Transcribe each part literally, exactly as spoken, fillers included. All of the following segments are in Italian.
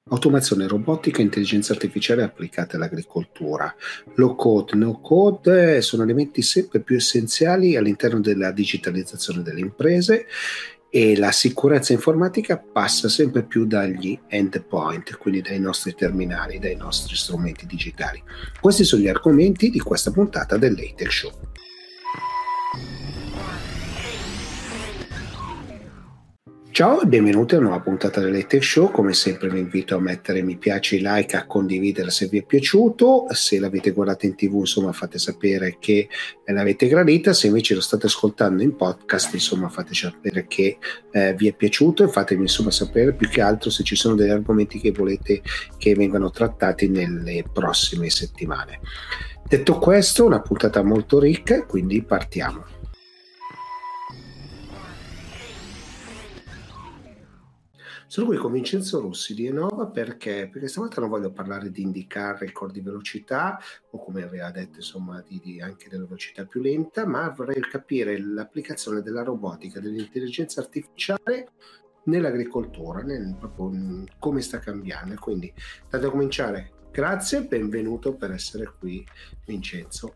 Automazione, robotica e intelligenza artificiale applicate all'agricoltura. Low code, no code sono elementi sempre più essenziali all'interno della digitalizzazione delle imprese e la sicurezza informatica passa sempre più dagli endpoint, quindi dai nostri terminali, dai nostri strumenti digitali. Questi sono gli argomenti di questa puntata del Late Show. Ciao e benvenuti a una nuova puntata del Late Show. Come sempre vi invito a mettere mi piace, like, a condividere se vi è piaciuto. Se l'avete guardata in tv, insomma, fate sapere che l'avete gradita. Se invece lo state ascoltando in podcast, insomma, fate sapere che eh, vi è piaciuto e fatemi insomma sapere più che altro se ci sono degli argomenti che volete che vengano trattati nelle prossime settimane. Detto questo, una puntata molto ricca, quindi partiamo. Sono qui con Vincenzo Rossi di Enova perché, perché stavolta non voglio parlare di IndyCar, record di velocità o come aveva detto insomma di, di anche della velocità più lenta, ma vorrei capire l'applicazione della robotica, dell'intelligenza artificiale nell'agricoltura, nel, proprio come sta cambiando. Quindi, tanto a cominciare, grazie, benvenuto per essere qui Vincenzo.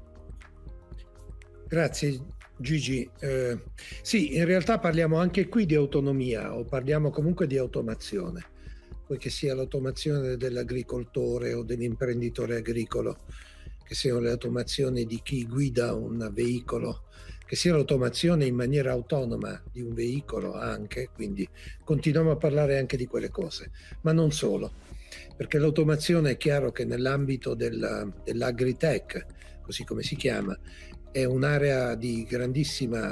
Grazie Gigi. Eh, sì, in realtà parliamo anche qui di autonomia o parliamo comunque di automazione, poiché sia l'automazione dell'agricoltore o dell'imprenditore agricolo, che siano le automazioni di chi guida un veicolo, che sia l'automazione in maniera autonoma di un veicolo anche, quindi continuiamo a parlare anche di quelle cose, ma non solo, perché l'automazione è chiaro che nell'ambito della, dell'agritech, così come si chiama, è un'area di grandissima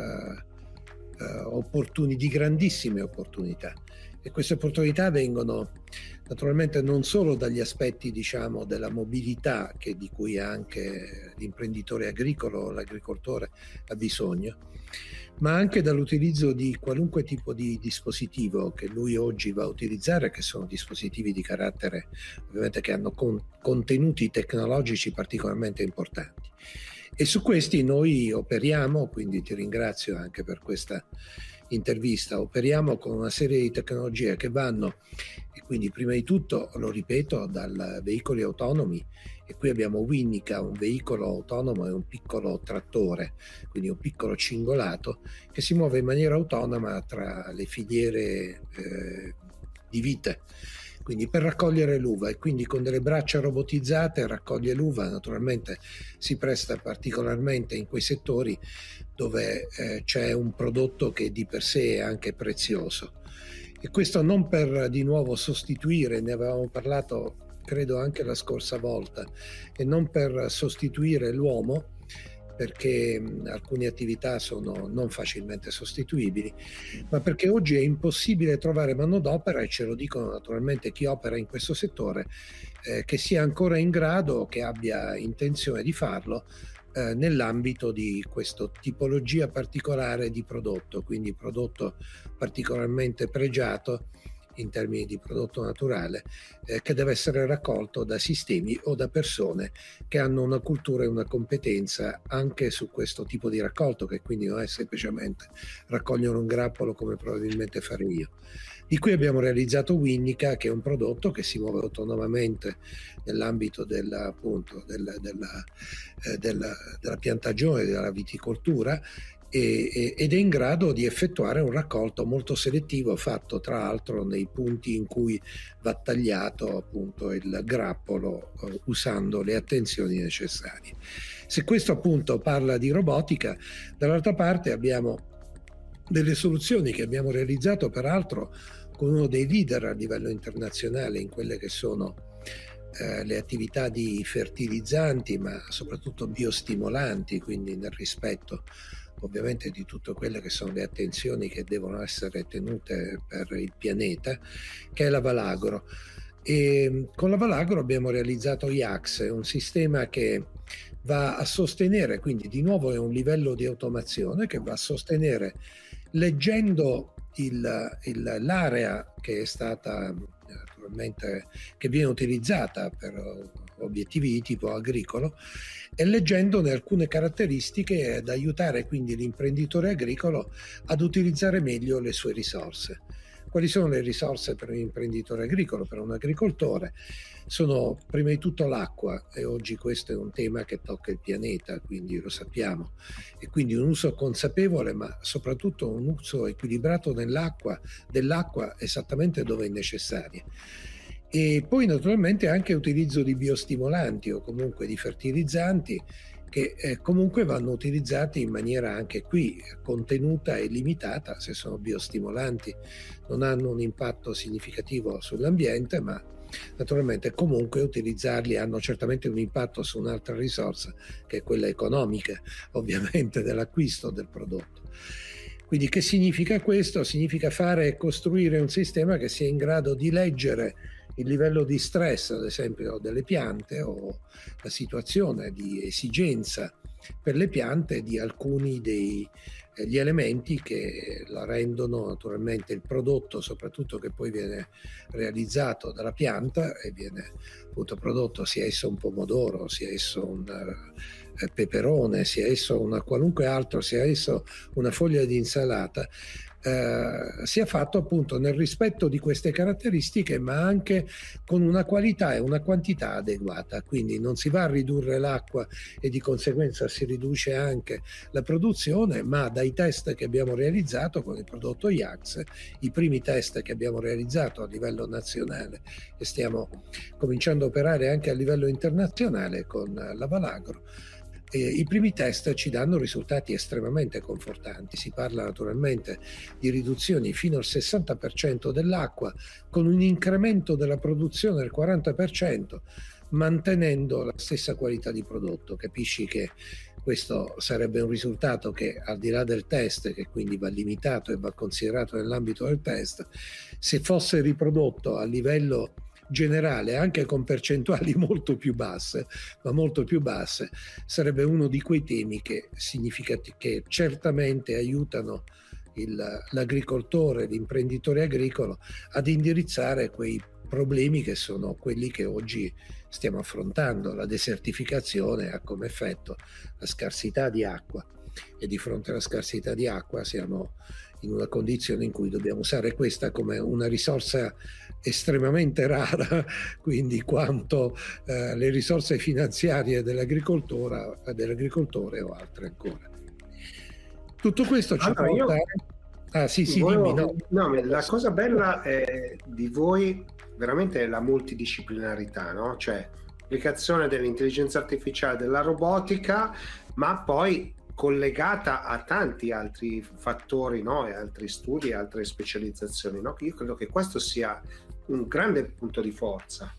uh, uh, opportuni, di grandissime opportunità, e queste opportunità vengono naturalmente non solo dagli aspetti diciamo della mobilità, che di cui anche l'imprenditore agricolo, l'agricoltore ha bisogno, ma anche dall'utilizzo di qualunque tipo di dispositivo che lui oggi va a utilizzare, che sono dispositivi di carattere ovviamente che hanno con, contenuti tecnologici particolarmente importanti. E su questi noi operiamo, quindi ti ringrazio anche per questa intervista, operiamo con una serie di tecnologie che vanno, e quindi prima di tutto, lo ripeto, dal veicoli autonomi, e qui abbiamo Winnica, un veicolo autonomo e un piccolo trattore, quindi un piccolo cingolato, che si muove in maniera autonoma tra le filiere eh, di vite, quindi per raccogliere l'uva, e quindi con delle braccia robotizzate raccoglie l'uva. Naturalmente si presta particolarmente in quei settori dove eh, c'è un prodotto che di per sé è anche prezioso, e questo non per di nuovo sostituire, ne avevamo parlato credo anche la scorsa volta, e non per sostituire l'uomo, perché mh, alcune attività sono non facilmente sostituibili, ma perché oggi è impossibile trovare manodopera, e ce lo dicono naturalmente chi opera in questo settore, eh, che sia ancora in grado, che abbia intenzione di farlo eh, nell'ambito di questa tipologia particolare di prodotto, quindi prodotto particolarmente pregiato in termini di prodotto naturale, eh, che deve essere raccolto da sistemi o da persone che hanno una cultura e una competenza anche su questo tipo di raccolto, che quindi non è semplicemente raccogliere un grappolo come probabilmente farei io. Di cui abbiamo realizzato Winnica, che è un prodotto che si muove autonomamente nell'ambito della, appunto, della, della, eh, della, della piantagione, della viticoltura, ed è in grado di effettuare un raccolto molto selettivo, fatto tra l'altro nei punti in cui va tagliato appunto il grappolo, eh, usando le attenzioni necessarie. Se questo appunto parla di robotica, dall'altra parte abbiamo delle soluzioni che abbiamo realizzato peraltro con uno dei leader a livello internazionale in quelle che sono eh, le attività di fertilizzanti, ma soprattutto biostimolanti, quindi nel rispetto ovviamente di tutte quelle che sono le attenzioni che devono essere tenute per il pianeta, che è la Valagro. E con la Valagro abbiamo realizzato I A X, un sistema che va a sostenere, quindi di nuovo è un livello di automazione che va a sostenere, leggendo il, il, l'area che è stata naturalmente, che viene utilizzata per obiettivi di tipo agricolo, e leggendone alcune caratteristiche ad aiutare quindi l'imprenditore agricolo ad utilizzare meglio le sue risorse. Quali sono le risorse per un imprenditore agricolo, per un agricoltore? Sono prima di tutto l'acqua, e oggi questo è un tema che tocca il pianeta, quindi lo sappiamo, e quindi un uso consapevole ma soprattutto un uso equilibrato dell'acqua, dell'acqua esattamente dove è necessaria. E poi naturalmente anche utilizzo di biostimolanti o comunque di fertilizzanti che eh, comunque vanno utilizzati in maniera anche qui contenuta e limitata. Se sono biostimolanti non hanno un impatto significativo sull'ambiente, ma naturalmente comunque utilizzarli hanno certamente un impatto su un'altra risorsa che è quella economica, ovviamente, dell'acquisto del prodotto. Quindi che significa questo? Significa fare e costruire un sistema che sia in grado di leggere il livello di stress, ad esempio, delle piante o la situazione di esigenza per le piante di alcuni degli eh, elementi che la rendono naturalmente il prodotto, soprattutto che poi viene realizzato dalla pianta e viene appunto prodotto, sia esso un pomodoro, sia esso un eh, peperone, sia esso una qualunque altro, sia esso una foglia di insalata, eh, sia fatto appunto nel rispetto di queste caratteristiche, ma anche con una qualità e una quantità adeguata. Quindi non si va a ridurre l'acqua e di conseguenza si riduce anche la produzione, ma dai test che abbiamo realizzato con il prodotto I A X S, i primi test che abbiamo realizzato a livello nazionale e stiamo cominciando a operare anche a livello internazionale con la Valagro, Eh, i primi test ci danno risultati estremamente confortanti. Si parla naturalmente di riduzioni fino al sessanta per cento dell'acqua, con un incremento della produzione del quaranta per cento, mantenendo la stessa qualità di prodotto. Capisci che questo sarebbe un risultato che, al di là del test, che quindi va limitato e va considerato nell'ambito del test, se fosse riprodotto a livello generale anche con percentuali molto più basse, ma molto più basse, sarebbe uno di quei temi che significati che certamente aiutano il, l'agricoltore, l'imprenditore agricolo ad indirizzare quei problemi che sono quelli che oggi stiamo affrontando. La desertificazione ha come effetto la scarsità di acqua, e di fronte alla scarsità di acqua siamo in una condizione in cui dobbiamo usare questa come una risorsa estremamente rara, quindi quanto eh, le risorse finanziarie dell'agricoltura, dell'agricoltore o altre ancora. Tutto questo ci allora, porta... Io... Ah sì, sì, Volevo... dimmi. No. no, la cosa bella è di voi veramente è la multidisciplinarità, no? Cioè l'applicazione dell'intelligenza artificiale, della robotica, ma poi collegata a tanti altri fattori, no? E altri studi, altre specializzazioni, no? Io credo che questo sia un grande punto di forza.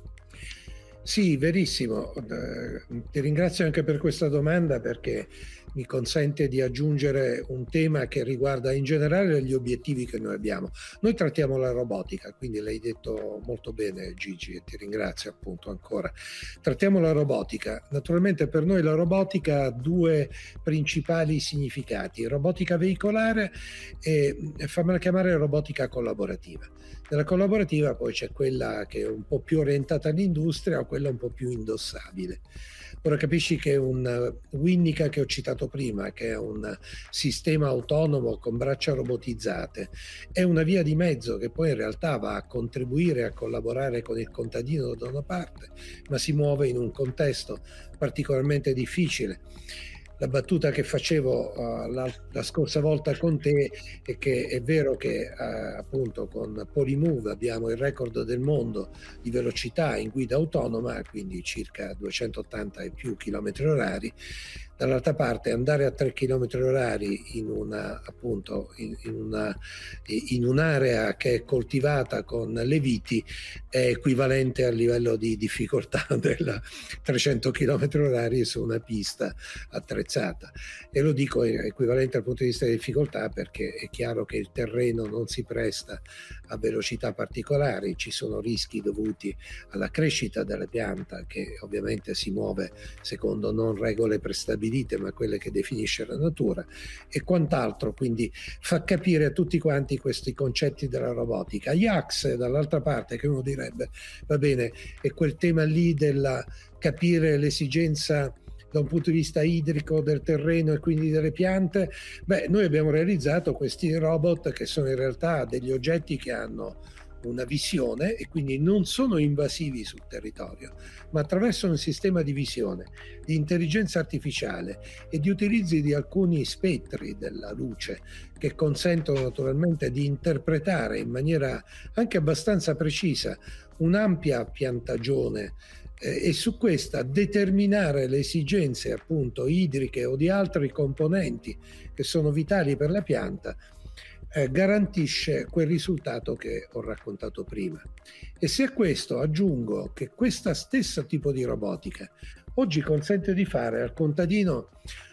Sì, verissimo. Eh, ti ringrazio anche per questa domanda, perché mi consente di aggiungere un tema che riguarda in generale gli obiettivi che noi abbiamo. Noi trattiamo la robotica, quindi l'hai detto molto bene Gigi e ti ringrazio appunto ancora. Trattiamo la robotica. Naturalmente per noi la robotica ha due principali significati: robotica veicolare e, fammela chiamare, robotica collaborativa. Nella collaborativa poi c'è quella che è un po' più orientata all'industria o quella un po' più indossabile. Ora capisci che un Winnica che ho citato prima, che è un sistema autonomo con braccia robotizzate, è una via di mezzo che poi in realtà va a contribuire a collaborare con il contadino da una parte, ma si muove in un contesto particolarmente difficile. La battuta che facevo uh, la, la scorsa volta con te è che è vero che uh, appunto con Polymove abbiamo il record del mondo di velocità in guida autonoma, quindi circa duecentottanta e più chilometri orari. Dall'altra parte andare a tre chilometri orari in una appunto in, in, una, in un'area che è coltivata con le viti è equivalente al livello di difficoltà della trecento chilometri orari su una pista attrezzata, e lo dico equivalente dal punto di vista di difficoltà perché è chiaro che il terreno non si presta a velocità particolari, ci sono rischi dovuti alla crescita della pianta che ovviamente si muove secondo non regole prestabilite ma quelle che definisce la natura e quant'altro, quindi fa capire a tutti quanti questi concetti della robotica. I A X S dall'altra parte, che uno direbbe va bene, è quel tema lì della capire l'esigenza da un punto di vista idrico del terreno e quindi delle piante. Beh, noi abbiamo realizzato questi robot che sono in realtà degli oggetti che hanno una visione e quindi non sono invasivi sul territorio, ma attraverso un sistema di visione, di intelligenza artificiale e di utilizzo di alcuni spettri della luce che consentono naturalmente di interpretare in maniera anche abbastanza precisa un'ampia piantagione eh, e su questa determinare le esigenze appunto idriche o di altri componenti che sono vitali per la pianta. Eh, garantisce quel risultato che ho raccontato prima. E se a questo aggiungo che questa stessa tipo di robotica oggi consente di fare al contadino,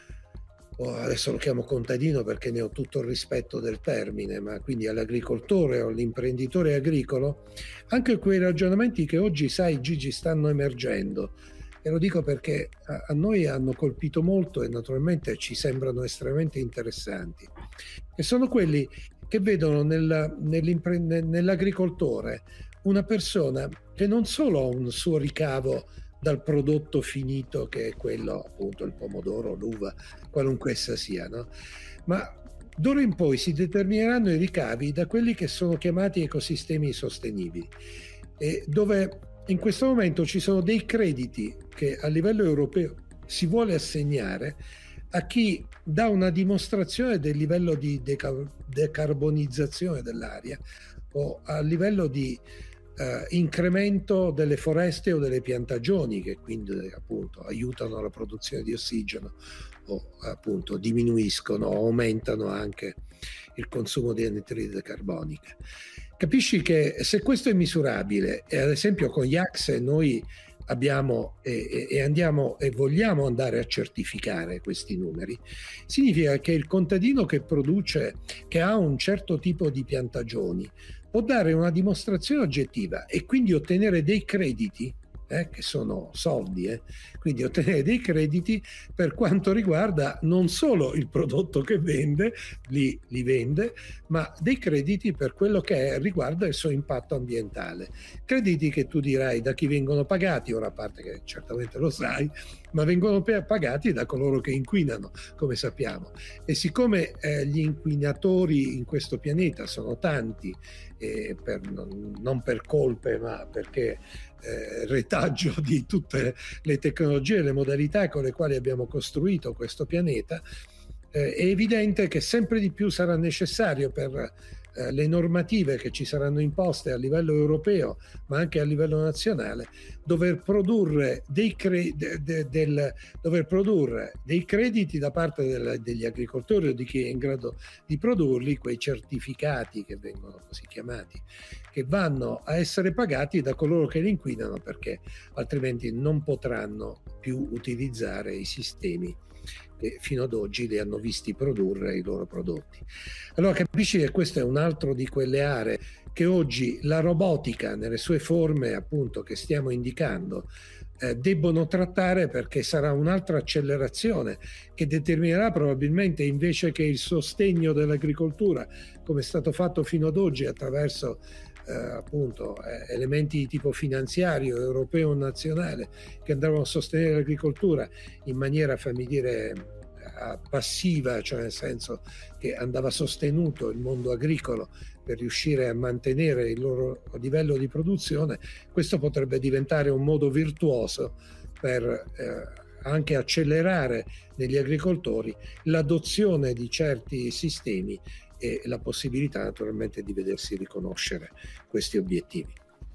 oh, adesso lo chiamo contadino perché ne ho tutto il rispetto del termine, ma quindi all'agricoltore o all'imprenditore agricolo, anche quei ragionamenti che oggi, sai Gigi, stanno emergendo. E lo dico perché a, a noi hanno colpito molto e naturalmente ci sembrano estremamente interessanti, e sono quelli che vedono nel, nell'agricoltore una persona che non solo ha un suo ricavo dal prodotto finito, che è quello appunto il pomodoro, l'uva, qualunque essa sia, no? Ma d'ora in poi si determineranno i ricavi da quelli che sono chiamati ecosistemi sostenibili, e dove in questo momento ci sono dei crediti che a livello europeo si vuole assegnare a chi dà una dimostrazione del livello di deca- decarbonizzazione dell'aria o a livello di eh, incremento delle foreste o delle piantagioni, che quindi appunto aiutano la produzione di ossigeno o appunto diminuiscono o aumentano anche il consumo di anidride carbonica. Capisci che se questo è misurabile, e ad esempio con I A C S E noi abbiamo e, e andiamo e vogliamo andare a certificare questi numeri, significa che il contadino che produce, che ha un certo tipo di piantagioni, può dare una dimostrazione oggettiva e quindi ottenere dei crediti, eh, che sono soldi, eh, quindi ottenere dei crediti per quanto riguarda non solo il prodotto che vende, li, li vende, ma dei crediti per quello che è, riguarda il suo impatto ambientale. Crediti che tu dirai da chi vengono pagati, ora a parte che certamente lo sai, ma vengono pagati da coloro che inquinano, come sappiamo. E siccome eh, gli inquinatori in questo pianeta sono tanti, eh, per, non, non per colpe, ma perché eh, retaggio di tutte le tecnologie e le modalità con le quali abbiamo costruito questo pianeta, eh, è evidente che sempre di più sarà necessario per eh, le normative che ci saranno imposte a livello europeo ma anche a livello nazionale dover produrre dei, cre- de- de- del, dover produrre dei crediti da parte del, degli agricoltori o di chi è in grado di produrli, quei certificati che vengono così chiamati, che vanno a essere pagati da coloro che li inquinano, perché altrimenti non potranno più utilizzare i sistemi che fino ad oggi li hanno visti produrre i loro prodotti. Allora capisci che questo è un altro di quelle aree che oggi la robotica nelle sue forme appunto che stiamo indicando eh, debbono trattare, perché sarà un'altra accelerazione che determinerà probabilmente, invece che il sostegno dell'agricoltura come è stato fatto fino ad oggi attraverso Eh, appunto eh, elementi di tipo finanziario, europeo o nazionale, che andavano a sostenere l'agricoltura in maniera, fammi dire, eh, passiva, cioè nel senso che andava sostenuto il mondo agricolo per riuscire a mantenere il loro livello di produzione. Questo potrebbe diventare un modo virtuoso per eh, anche accelerare negli agricoltori l'adozione di certi sistemi e la possibilità naturalmente di vedersi riconoscere questi obiettivi.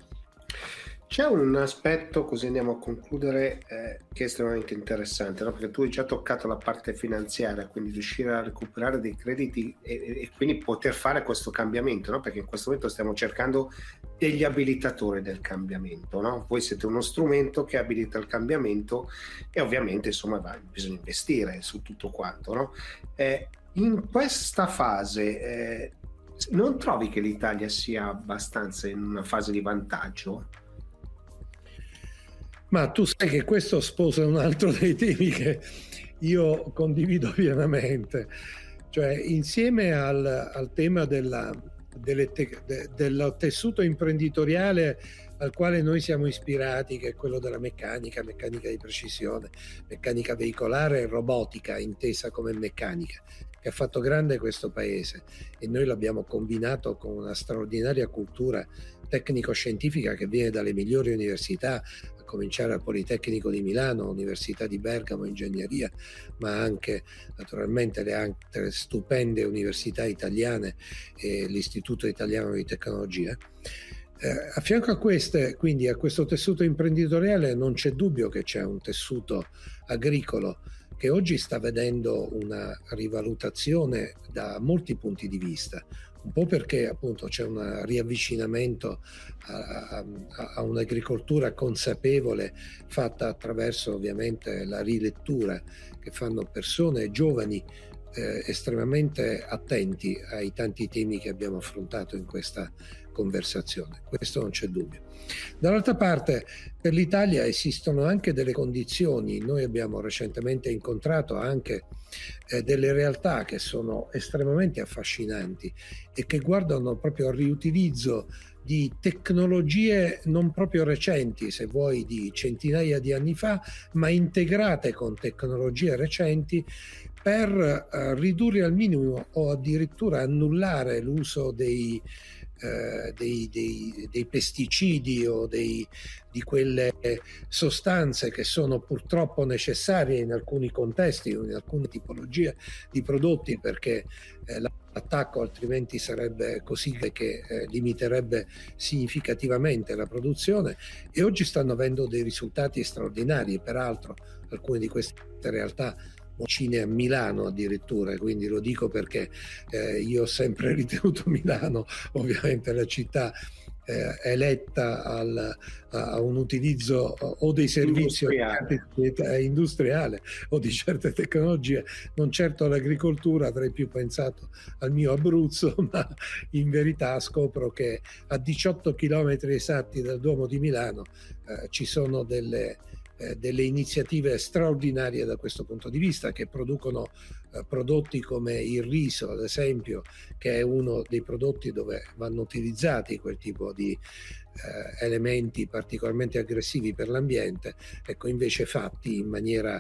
C'è un aspetto, così andiamo a concludere, eh, che è estremamente interessante, no? Perché tu hai già toccato la parte finanziaria, quindi riuscire a recuperare dei crediti e, e quindi poter fare questo cambiamento, no? Perché in questo momento stiamo cercando degli abilitatori del cambiamento, no? Voi siete uno strumento che abilita il cambiamento e ovviamente insomma va, bisogna investire su tutto quanto, no? Eh, in questa fase eh, non trovi che l'Italia sia abbastanza in una fase di vantaggio? Ma tu sai che questo sposa un altro dei temi che io condivido pienamente, cioè insieme al, al tema della, delle te, de, del tessuto imprenditoriale al quale noi siamo ispirati, che è quello della meccanica, meccanica di precisione, meccanica veicolare e robotica intesa come meccanica, che ha fatto grande questo paese, e noi l'abbiamo combinato con una straordinaria cultura tecnico-scientifica che viene dalle migliori università, a cominciare dal Politecnico di Milano, Università di Bergamo, Ingegneria, ma anche naturalmente le altre stupende università italiane e l'Istituto Italiano di Tecnologia. Eh, a fianco a queste, quindi a questo tessuto imprenditoriale, non c'è dubbio che c'è un tessuto agricolo che oggi sta vedendo una rivalutazione da molti punti di vista, un po' perché appunto c'è un riavvicinamento a, a, a un'agricoltura consapevole, fatta attraverso ovviamente la rilettura che fanno persone giovani eh, estremamente attenti ai tanti temi che abbiamo affrontato in questa conversazione. Questo non c'è dubbio. Dall'altra parte, per l'Italia esistono anche delle condizioni. Noi abbiamo recentemente incontrato anche eh, delle realtà che sono estremamente affascinanti e che guardano proprio al riutilizzo di tecnologie non proprio recenti, se vuoi di centinaia di anni fa, ma integrate con tecnologie recenti per eh, ridurre al minimo o addirittura annullare l'uso dei Eh, dei, dei, dei pesticidi o dei, di quelle sostanze che sono purtroppo necessarie in alcuni contesti o in alcune tipologie di prodotti, perché eh, l'attacco altrimenti sarebbe così che eh, limiterebbe significativamente la produzione, e oggi stanno avendo dei risultati straordinari. Peraltro alcune di queste realtà vicine a Milano addirittura, quindi lo dico perché eh, io ho sempre ritenuto Milano ovviamente la città eh, eletta al, a un utilizzo o dei servizi industriale. industriale o di certe tecnologie, non certo all'agricoltura. Avrei più pensato al mio Abruzzo, ma in verità scopro che a diciotto chilometri esatti dal Duomo di Milano eh, ci sono delle Eh, delle iniziative straordinarie da questo punto di vista, che producono eh, prodotti come il riso, ad esempio, che è uno dei prodotti dove vanno utilizzati quel tipo di eh, elementi particolarmente aggressivi per l'ambiente, ecco, invece fatti in maniera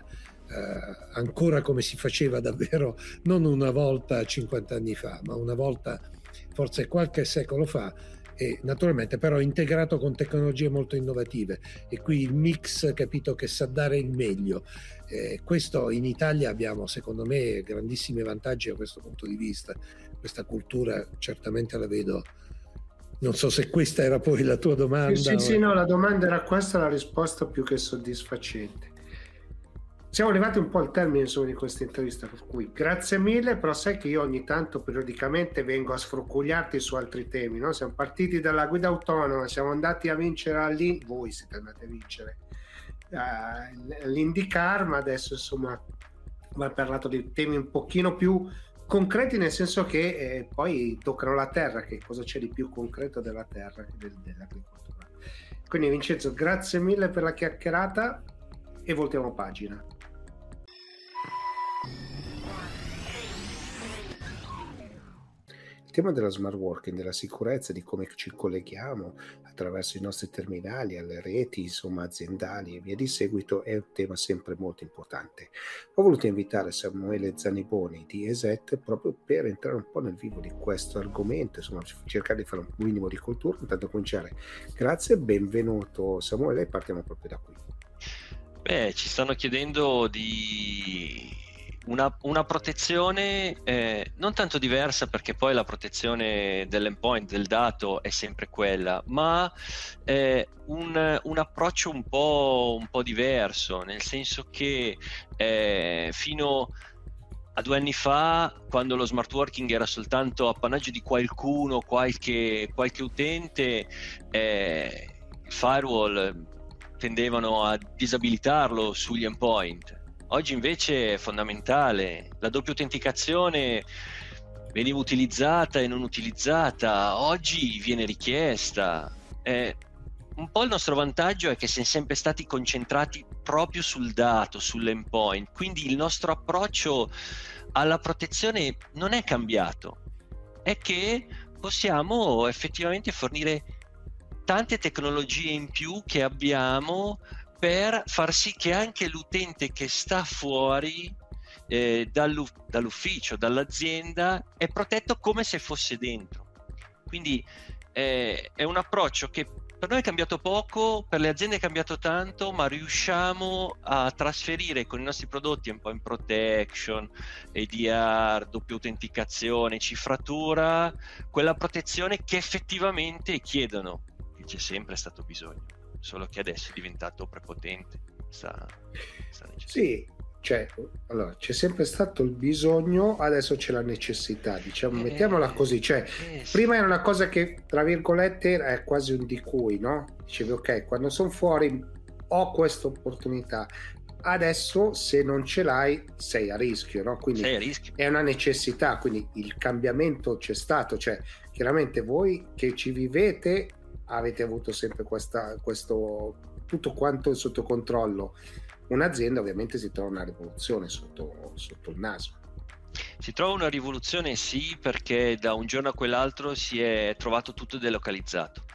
eh, ancora come si faceva davvero, non una volta cinquanta anni fa, ma una volta forse qualche secolo fa, e naturalmente però integrato con tecnologie molto innovative, e qui il mix, capito, che sa dare il meglio. Eh, questo in Italia abbiamo, secondo me, grandissimi vantaggi da questo punto di vista. Questa cultura certamente la vedo. Non so se questa era poi la tua domanda. Sì, sì, sì, no, la domanda era questa, la risposta più che soddisfacente. Siamo arrivati un po' al termine, insomma, di questa intervista, per cui grazie mille, però sai che io ogni tanto periodicamente vengo a sfrucugliarti su altri temi, no? Siamo partiti dalla guida autonoma, siamo andati a vincere all'In... voi siete andati a vincere uh, l'IndyCar, ma adesso insomma va parlato di temi un pochino più concreti, nel senso che eh, poi toccano la terra, che cosa c'è di più concreto della terra che del, dell'agricoltura. Quindi Vincenzo, grazie mille per la chiacchierata e voltiamo pagina. Il tema della smart working, della sicurezza, di come ci colleghiamo attraverso i nostri terminali alle reti, insomma, aziendali e via di seguito, è un tema sempre molto importante. Ho voluto invitare Samuele Zaniboni di ESET proprio per entrare un po' nel vivo di questo argomento, insomma, cercare di fare un minimo di cultura, intanto cominciare. Grazie, benvenuto Samuele, e partiamo proprio da qui. Beh, ci stanno chiedendo di una, una protezione eh, non tanto diversa, perché poi la protezione dell'endpoint, del dato, è sempre quella, ma eh, un, un approccio un po', un po' diverso, nel senso che eh, fino a due anni fa, quando lo smart working era soltanto appannaggio di qualcuno, qualche, qualche utente, eh, il firewall tendevano a disabilitarlo sugli endpoint. Oggi invece è fondamentale. La doppia autenticazione veniva utilizzata e non utilizzata, oggi viene richiesta. Eh, un po' il nostro vantaggio è che siamo sempre stati concentrati proprio sul dato, sull'endpoint, quindi il nostro approccio alla protezione non è cambiato, è che possiamo effettivamente fornire tante tecnologie in più che abbiamo per far sì che anche l'utente che sta fuori eh, dall'uff- dall'ufficio, dall'azienda, è protetto come se fosse dentro. Quindi eh, è un approccio che per noi è cambiato poco, per le aziende è cambiato tanto, ma riusciamo a trasferire con i nostri prodotti endpoint protection, A D R, doppia autenticazione, cifratura, quella protezione che effettivamente chiedono, che c'è sempre stato bisogno, solo che adesso è diventato prepotente. Sta, sta sì, cioè, allora, c'è sempre stato il bisogno, adesso c'è la necessità, diciamo, eh, mettiamola così, cioè, eh, sì. prima era una cosa che, tra virgolette, era quasi un di cui, no? Dicevi, ok, quando sono fuori ho questa opportunità, adesso se non ce l'hai sei a rischio, no? Quindi sei a rischio. È una necessità, quindi il cambiamento c'è stato, cioè, chiaramente voi che ci vivete avete avuto sempre questa, questo, tutto quanto sotto controllo. Un'azienda ovviamente si trova una rivoluzione sotto, sotto il naso. Si trova una rivoluzione, sì, perché da un giorno a quell'altro si è trovato tutto delocalizzato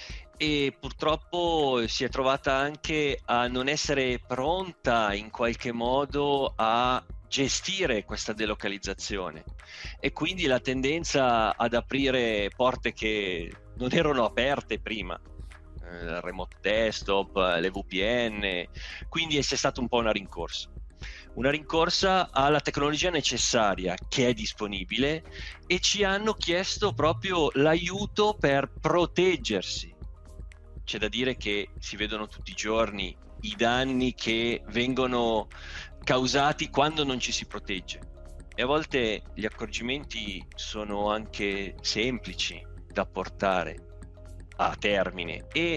e purtroppo si è trovata anche a non essere pronta in qualche modo a gestire questa delocalizzazione, e quindi la tendenza ad aprire porte che non erano aperte prima, il remote desktop, le V P N, quindi è stata un po' una rincorsa. Una rincorsa alla tecnologia necessaria che è disponibile, e ci hanno chiesto proprio l'aiuto per proteggersi. C'è da dire che si vedono tutti i giorni i danni che vengono causati quando non ci si protegge, e a volte gli accorgimenti sono anche semplici da portare a termine. E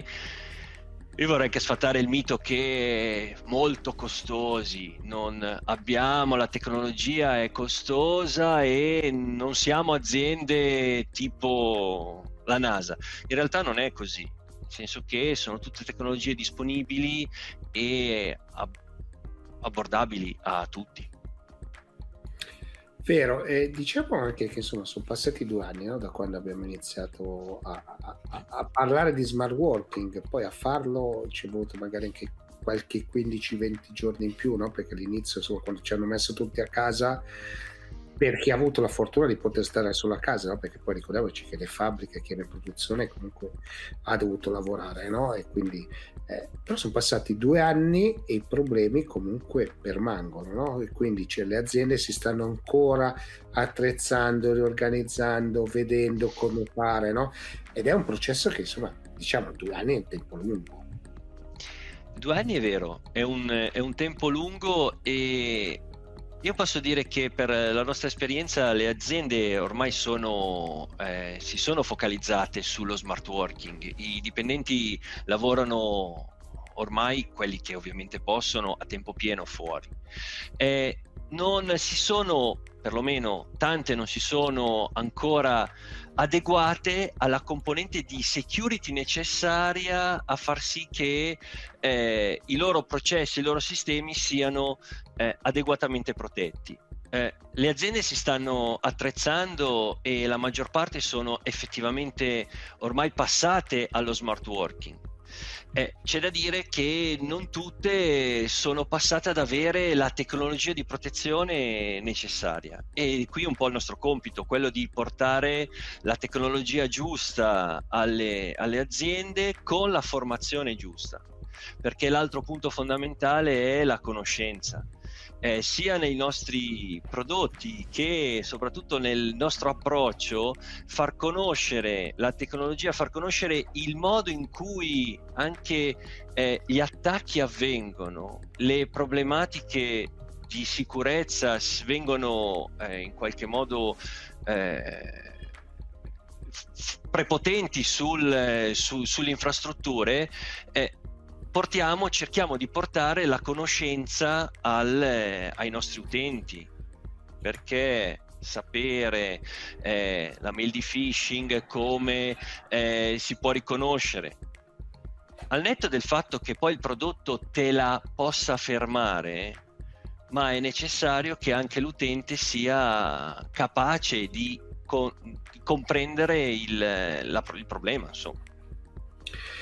io vorrei anche sfatare il mito che molto costosi, non abbiamo, la tecnologia è costosa e non siamo aziende tipo la NASA. In realtà non è così, nel senso che sono tutte tecnologie disponibili e ab- abbordabili a tutti. Vero, e diciamo anche che insomma sono passati due anni, no, da quando abbiamo iniziato a, a, a, a parlare di smart working, poi a farlo ci è voluto magari anche qualche quindici venti giorni in più, no? Perché all'inizio insomma, quando ci hanno messo tutti a casa, per chi ha avuto la fortuna di poter stare solo a casa, no? Perché poi ricordiamoci che le fabbriche, chi è in produzione comunque ha dovuto lavorare, no? E quindi eh, però sono passati due anni e i problemi comunque permangono, no? E quindi cioè, le aziende si stanno ancora attrezzando, riorganizzando, vedendo come fare, no? Ed è un processo che insomma diciamo due anni è un tempo lungo. Due anni è vero, è un, è un tempo lungo, e io posso dire che per la nostra esperienza le aziende ormai sono, eh, si sono focalizzate sullo smart working. I dipendenti lavorano ormai, quelli che ovviamente possono, a tempo pieno fuori. Eh, non si sono, perlomeno tante non si sono ancora adeguate alla componente di security necessaria a far sì che eh, i loro processi, i loro sistemi siano eh, adeguatamente protetti. Eh, le aziende si stanno attrezzando e la maggior parte sono effettivamente ormai passate allo smart working. Eh, c'è da dire che non tutte sono passate ad avere la tecnologia di protezione necessaria, e qui un po' il nostro compito, quello di portare la tecnologia giusta alle, alle aziende con la formazione giusta, perché l'altro punto fondamentale è la conoscenza. Eh, sia nei nostri prodotti che soprattutto nel nostro approccio, far conoscere la tecnologia, far conoscere il modo in cui anche eh, gli attacchi avvengono, le problematiche di sicurezza vengono eh, in qualche modo eh, prepotenti sul, su, sulle infrastrutture. eh, Portiamo, cerchiamo di portare la conoscenza al, eh, ai nostri utenti, perché sapere eh, la mail di phishing, come eh, si può riconoscere, al netto del fatto che poi il prodotto te la possa fermare, ma è necessario che anche l'utente sia capace di, co- di comprendere il, la, il problema, insomma.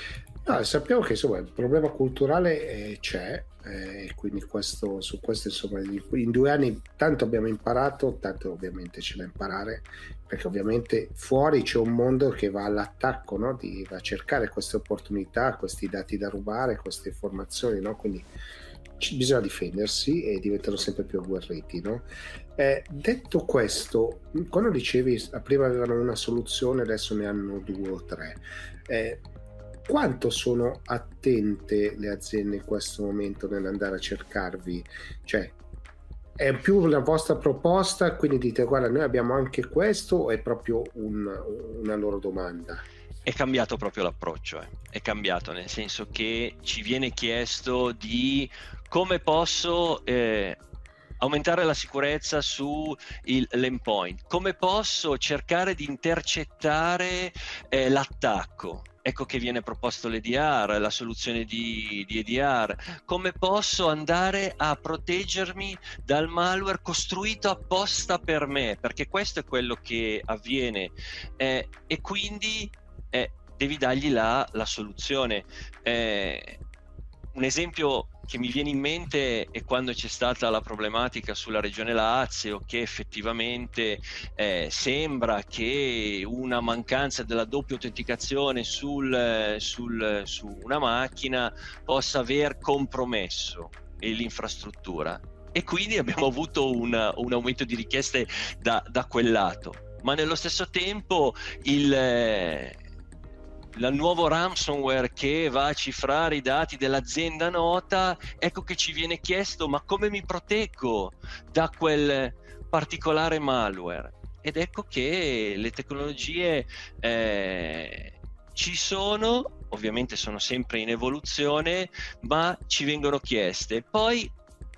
No, sappiamo che insomma il problema culturale eh, c'è, eh, quindi questo, su questo insomma in, in due anni tanto abbiamo imparato, tanto ovviamente c'è da imparare, perché ovviamente fuori c'è un mondo che va all'attacco, no? Di, va a cercare queste opportunità, questi dati da rubare, queste informazioni, no? Quindi ci, bisogna difendersi e diventano sempre più agguerriti, no? Eh, detto questo, quando dicevi prima avevano una soluzione, adesso ne hanno due o tre, eh, quanto sono attente le aziende in questo momento nell'andare a cercarvi? Cioè, è più una vostra proposta, quindi dite guarda noi abbiamo anche questo, o è proprio un, una loro domanda? È cambiato proprio l'approccio, eh. È cambiato nel senso che ci viene chiesto di come posso eh, aumentare la sicurezza su il, l'endpoint, come posso cercare di intercettare eh, l'attacco. Ecco che viene proposto l'E D R, la soluzione di, di E D R. Come posso andare a proteggermi dal malware costruito apposta per me? Perché questo è quello che avviene. Eh, e quindi eh, devi dargli la, la soluzione. Eh, un esempio che mi viene in mente è quando c'è stata la problematica sulla regione Lazio, che effettivamente eh, sembra che una mancanza della doppia autenticazione sul, sul, su una macchina possa aver compromesso l'infrastruttura, e quindi abbiamo avuto un, un aumento di richieste da, da quel lato, ma nello stesso tempo il il nuovo ransomware che va a cifrare i dati dell'azienda nota, ecco che ci viene chiesto ma come mi proteggo da quel particolare malware? Ed ecco che le tecnologie eh, ci sono, ovviamente sono sempre in evoluzione, ma ci vengono chieste. Poi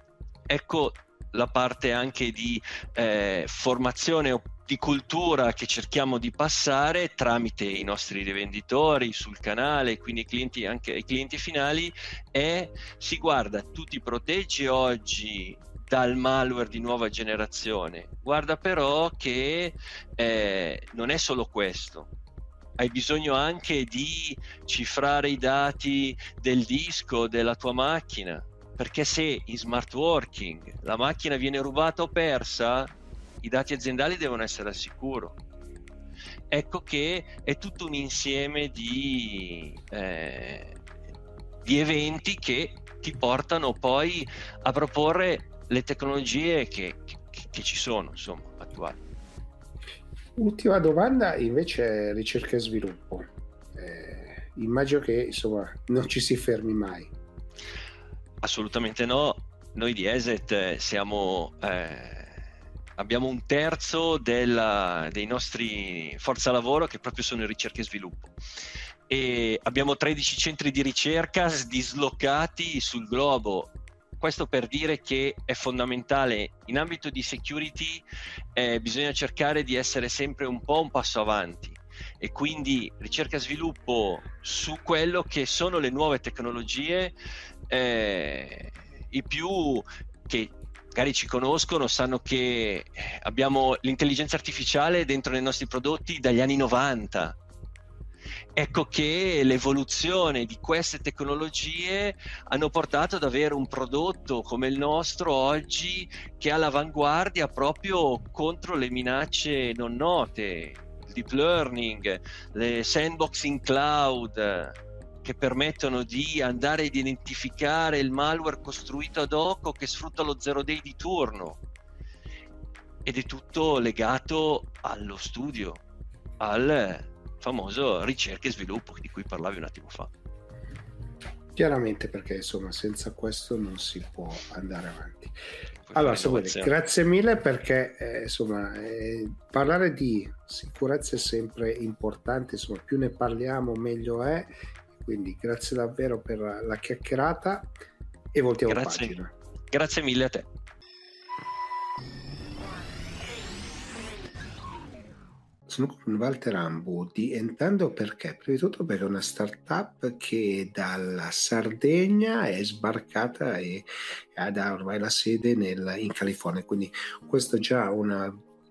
ecco la parte anche di eh, formazione di cultura che cerchiamo di passare tramite i nostri rivenditori sul canale, quindi i clienti, anche i clienti finali, è si guarda, tu ti proteggi oggi dal malware di nuova generazione, guarda però che eh, non è solo questo, hai bisogno anche di cifrare i dati del disco della tua macchina, perché se in smart working la macchina viene rubata o persa, i dati aziendali devono essere al sicuro. Ecco che è tutto un insieme di, eh, di eventi che ti portano poi a proporre le tecnologie che, che, che ci sono, insomma, attuali. Ultima domanda invece, ricerca e sviluppo. Eh, immagino che insomma non ci si fermi mai. Assolutamente no. Noi di ESET siamo eh, abbiamo un terzo della, dei nostri forza lavoro che proprio sono in ricerca e sviluppo, e abbiamo tredici centri di ricerca dislocati sul globo. Questo per dire che è fondamentale in ambito di security, eh, bisogna cercare di essere sempre un po' un passo avanti, e quindi ricerca e sviluppo su quello che sono le nuove tecnologie. Eh, i più che magari ci conoscono sanno che abbiamo l'intelligenza artificiale dentro nei nostri prodotti dagli anni novanta. Ecco che l'evoluzione di queste tecnologie hanno portato ad avere un prodotto come il nostro oggi che è all'avanguardia proprio contro le minacce non note, il deep learning, le sandbox in cloud, che permettono di andare ad identificare il malware costruito ad hoc che sfrutta lo zero day di turno, ed è tutto legato allo studio, al famoso ricerca e sviluppo di cui parlavi un attimo fa. Chiaramente, perché insomma senza questo non si può andare avanti. Allora Samuele, grazie mille, perché eh, insomma eh, parlare di sicurezza è sempre importante, insomma più ne parliamo meglio è. Quindi grazie davvero per la chiacchierata e voltiamo grazie, pagina. Grazie mille a te. Sono con Walter Ambu di Entando perché? Prima di tutto perché è una startup che dalla Sardegna è sbarcata e ha ormai la sede nel, in California, quindi questo è già una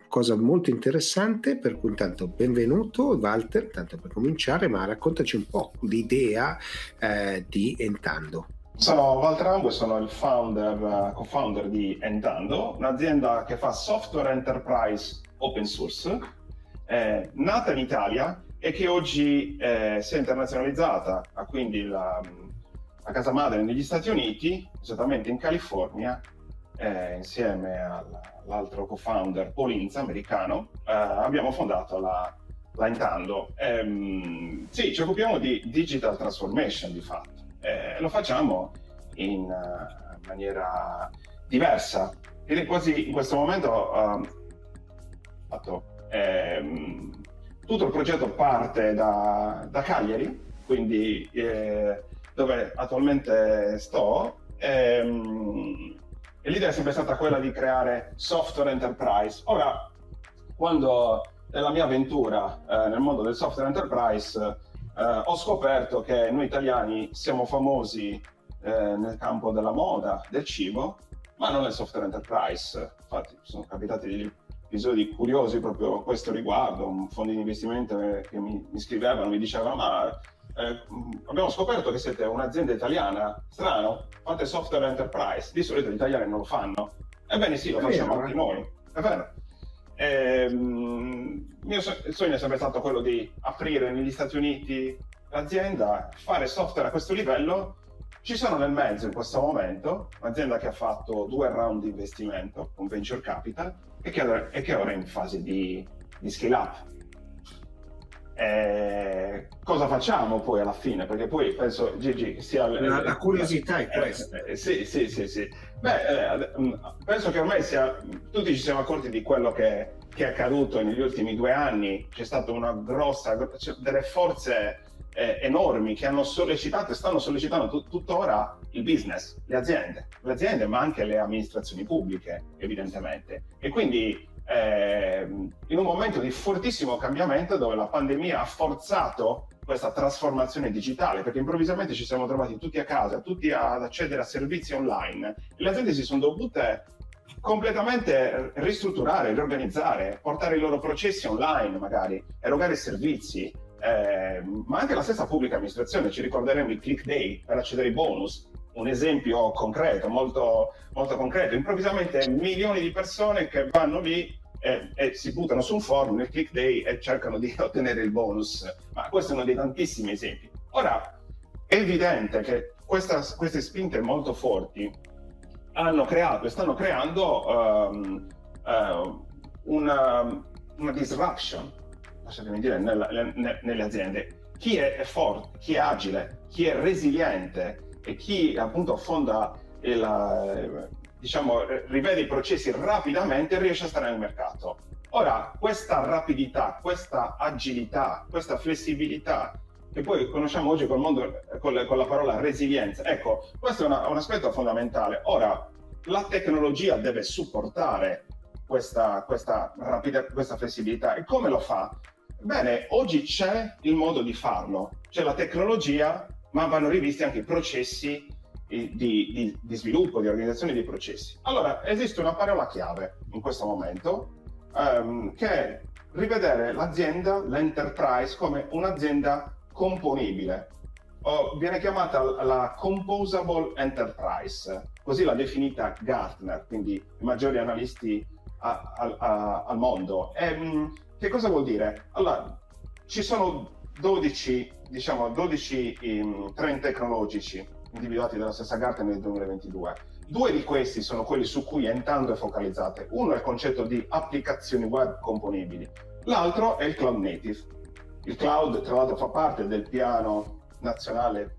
cosa molto interessante, per cui intanto benvenuto Walter, tanto per cominciare, ma raccontaci un po' l'idea eh, di Entando. Sono Walter Ambo e sono il founder, co-founder di Entando, un'azienda che fa software enterprise open source, eh, nata in Italia e che oggi eh, si è internazionalizzata, ha quindi la, la casa madre negli Stati Uniti, esattamente in California, eh, insieme all'altro co-founder Paul Inza, americano, eh, abbiamo fondato la, la Entando. Ehm, sì, ci occupiamo di digital transformation di fatto, eh, lo facciamo in uh, maniera diversa, direi quasi in questo momento. Uh, fatto, ehm, tutto il progetto parte da, da Cagliari, quindi eh, dove attualmente sto, ehm, e l'idea è sempre stata quella di creare software enterprise. Ora, quando nella mia avventura eh, nel mondo del software enterprise eh, ho scoperto che noi italiani siamo famosi eh, nel campo della moda, del cibo, ma non nel software enterprise. Infatti sono capitati degli episodi curiosi proprio a questo riguardo, un fondo di investimento che mi, mi scrivevano, mi dicevano ma eh, abbiamo scoperto che siete un'azienda italiana, strano, fate software enterprise, di solito gli italiani non lo fanno. Ebbene sì, lo facciamo anche noi, è vero. E, um, il mio so- il sogno è sempre stato quello di aprire negli Stati Uniti l'azienda, fare software a questo livello. Ci sono nel mezzo in questo momento un'azienda che ha fatto due round di investimento con Venture Capital e che, e che ora è in fase di, di scale up. E cosa facciamo poi alla fine? Perché poi penso, Gigi, sia la, la curiosità eh, è questa. Eh, sì, sì, sì, sì. Beh, eh, penso che ormai sia, tutti ci siamo accorti di quello che, che è accaduto negli ultimi due anni. C'è stata una grossa, cioè, delle forze eh, enormi che hanno sollecitato e stanno sollecitando tut- tuttora il business, le aziende, le aziende, ma anche le amministrazioni pubbliche, evidentemente. E quindi eh, in un momento di fortissimo cambiamento, dove la pandemia ha forzato questa trasformazione digitale, perché improvvisamente ci siamo trovati tutti a casa, tutti ad accedere a servizi online, e le aziende si sono dovute completamente ristrutturare, riorganizzare, portare i loro processi online, magari erogare servizi, eh, ma anche la stessa pubblica amministrazione. Ci ricorderemo il Click Day per accedere ai bonus, un esempio concreto, molto, molto concreto. Improvvisamente milioni di persone che vanno lì e, e si buttano su un forum nel Click Day e cercano di ottenere il bonus, ma questo è uno dei tantissimi esempi. Ora, è evidente che questa, queste spinte molto forti hanno creato e stanno creando um, uh, una, una disruption, lasciatemi dire, nella, ne, nelle aziende. Chi è, è forte, chi è agile, chi è resiliente e chi appunto affonda il, diciamo, rivede i processi rapidamente, riesce a stare nel mercato. Ora, questa rapidità, questa agilità, questa flessibilità che poi conosciamo oggi col mondo, con, le, con la parola resilienza, ecco, questo è una, un aspetto fondamentale. Ora, la tecnologia deve supportare questa, questa rapida, questa flessibilità. E come lo fa? Bene, oggi c'è il modo di farlo, c'è la tecnologia, ma vanno rivisti anche i processi di, di, di sviluppo, di organizzazione dei processi. Allora, esiste una parola chiave in questo momento, um, che è rivedere l'azienda, l'enterprise, come un'azienda componibile. O viene chiamata la composable enterprise, così l'ha definita Gartner, quindi i maggiori analisti a, a, a, al mondo. E, um, che cosa vuol dire? Allora, ci sono dodici, diciamo, dodici um, trend tecnologici individuati dalla stessa Gartner nel duemilaventidue. Due di questi sono quelli su cui Entando è focalizzate. Uno è il concetto di applicazioni web componibili, l'altro è il cloud native. Il cloud, tra l'altro, fa parte del piano nazionale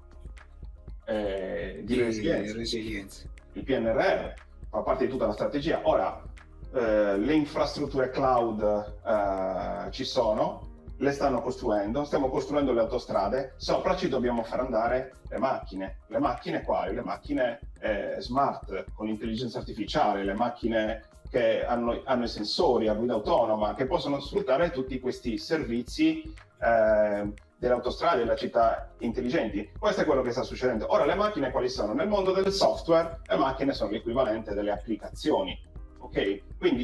eh, di, di resilienza. resilienza. Il P N R R fa parte di tutta la strategia. Ora, eh, le infrastrutture cloud eh, ci sono, le stanno costruendo, stiamo costruendo le autostrade, sopra ci dobbiamo far andare le macchine. Le macchine quali? Le macchine eh, smart, con l'intelligenza artificiale, le macchine che hanno, hanno i sensori a guida autonoma, che possono sfruttare tutti questi servizi eh, delle autostrade, delle città intelligenti. Questo è quello che sta succedendo. Ora, le macchine quali sono? Nel mondo del software, le macchine sono l'equivalente delle applicazioni. Ok? Quindi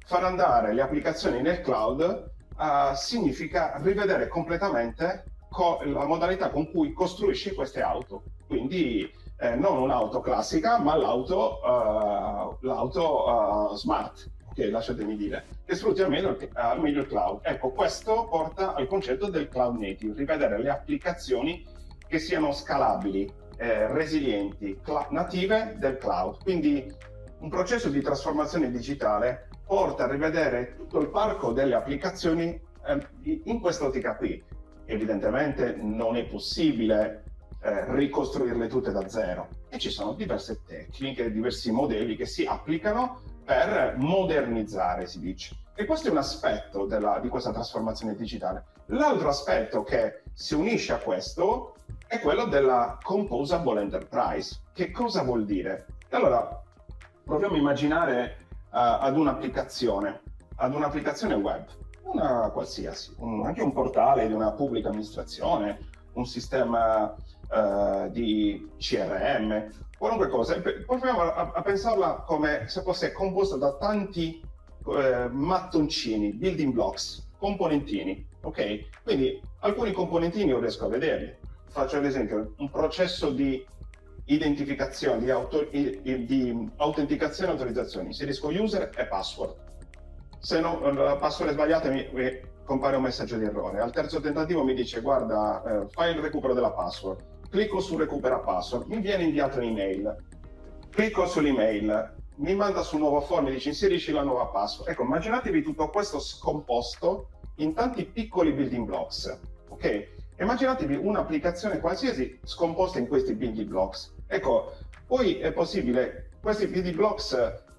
far andare le applicazioni nel cloud uh, significa rivedere completamente co- la modalità con cui costruisci queste auto. Quindi eh, non un'auto classica, ma l'auto, uh, l'auto uh, smart, che lasciatemi dire, che sfrutti al meglio, al meglio il cloud. Ecco, questo porta al concetto del cloud native, rivedere le applicazioni che siano scalabili, eh, resilienti, cl- native del cloud. Quindi un processo di trasformazione digitale porta a rivedere tutto il parco delle applicazioni eh, in quest'ottica qui. Evidentemente non è possibile eh, ricostruirle tutte da zero e ci sono diverse tecniche, diversi modelli che si applicano per modernizzare, si dice. E questo è un aspetto della, di questa trasformazione digitale. L'altro aspetto che si unisce a questo è quello della Composable Enterprise. Che cosa vuol dire? Allora, proviamo a immaginare uh, ad un'applicazione, ad un'applicazione web, una qualsiasi, un, anche un portale di una pubblica amministrazione, un sistema uh, di C R M, qualunque cosa. Proviamo a, a pensarla come se fosse composta da tanti uh, mattoncini, building blocks, componentini, ok? Quindi alcuni componentini io riesco a vederli. Faccio ad esempio un processo di identificazione, di, auto, di autenticazione e autorizzazioni, inserisco user e password. Se no, la password è sbagliata mi, mi compare un messaggio di errore. Al terzo tentativo mi dice guarda, eh, fai il recupero della password. Clicco su recupera password, mi viene inviata un'email. Clicco sull'email, mi manda su un nuovo form, mi dice inserisci la nuova password. Ecco, immaginatevi tutto questo scomposto in tanti piccoli building blocks, ok? Immaginatevi un'applicazione qualsiasi scomposta in questi building blocks. Ecco, poi è possibile, questi building blocks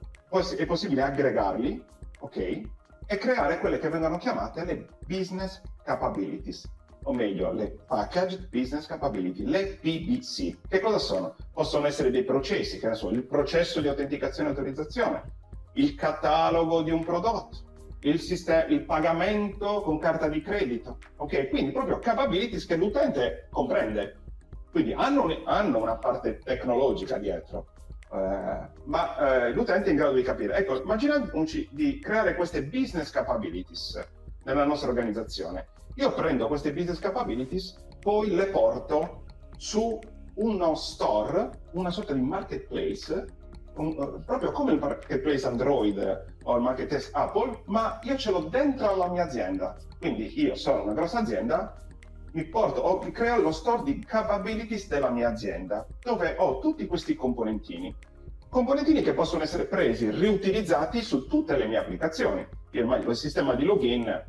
è possibile aggregarli, ok? E creare quelle che vengono chiamate le business capabilities, o meglio, le packaged business capability, le P B C. Che cosa sono? Possono essere dei processi, che ne so, il processo di autenticazione e autorizzazione, il catalogo di un prodotto, il, sistema, il pagamento con carta di credito, ok? Quindi proprio capabilities che l'utente comprende. Quindi hanno, hanno una parte tecnologica dietro, eh, ma eh, l'utente è in grado di capire. Ecco, immaginiamoci di creare queste business capabilities nella nostra organizzazione. Io prendo queste business capabilities, poi le porto su uno store, una sorta di marketplace, Un, proprio come il marketplace Android o il marketplace Apple, ma io ce l'ho dentro la mia azienda. Quindi io sono una grossa azienda, mi porto, ho, creo lo store di capabilities della mia azienda, dove ho tutti questi componentini. Componentini che possono essere presi, riutilizzati su tutte le mie applicazioni. Io, il sistema di login,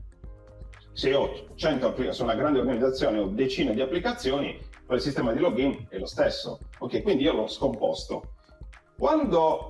se ho cento applicazioni, sono una grande organizzazione, ho decine di applicazioni, quel sistema di login è lo stesso. Ok, quindi io l'ho scomposto. Quando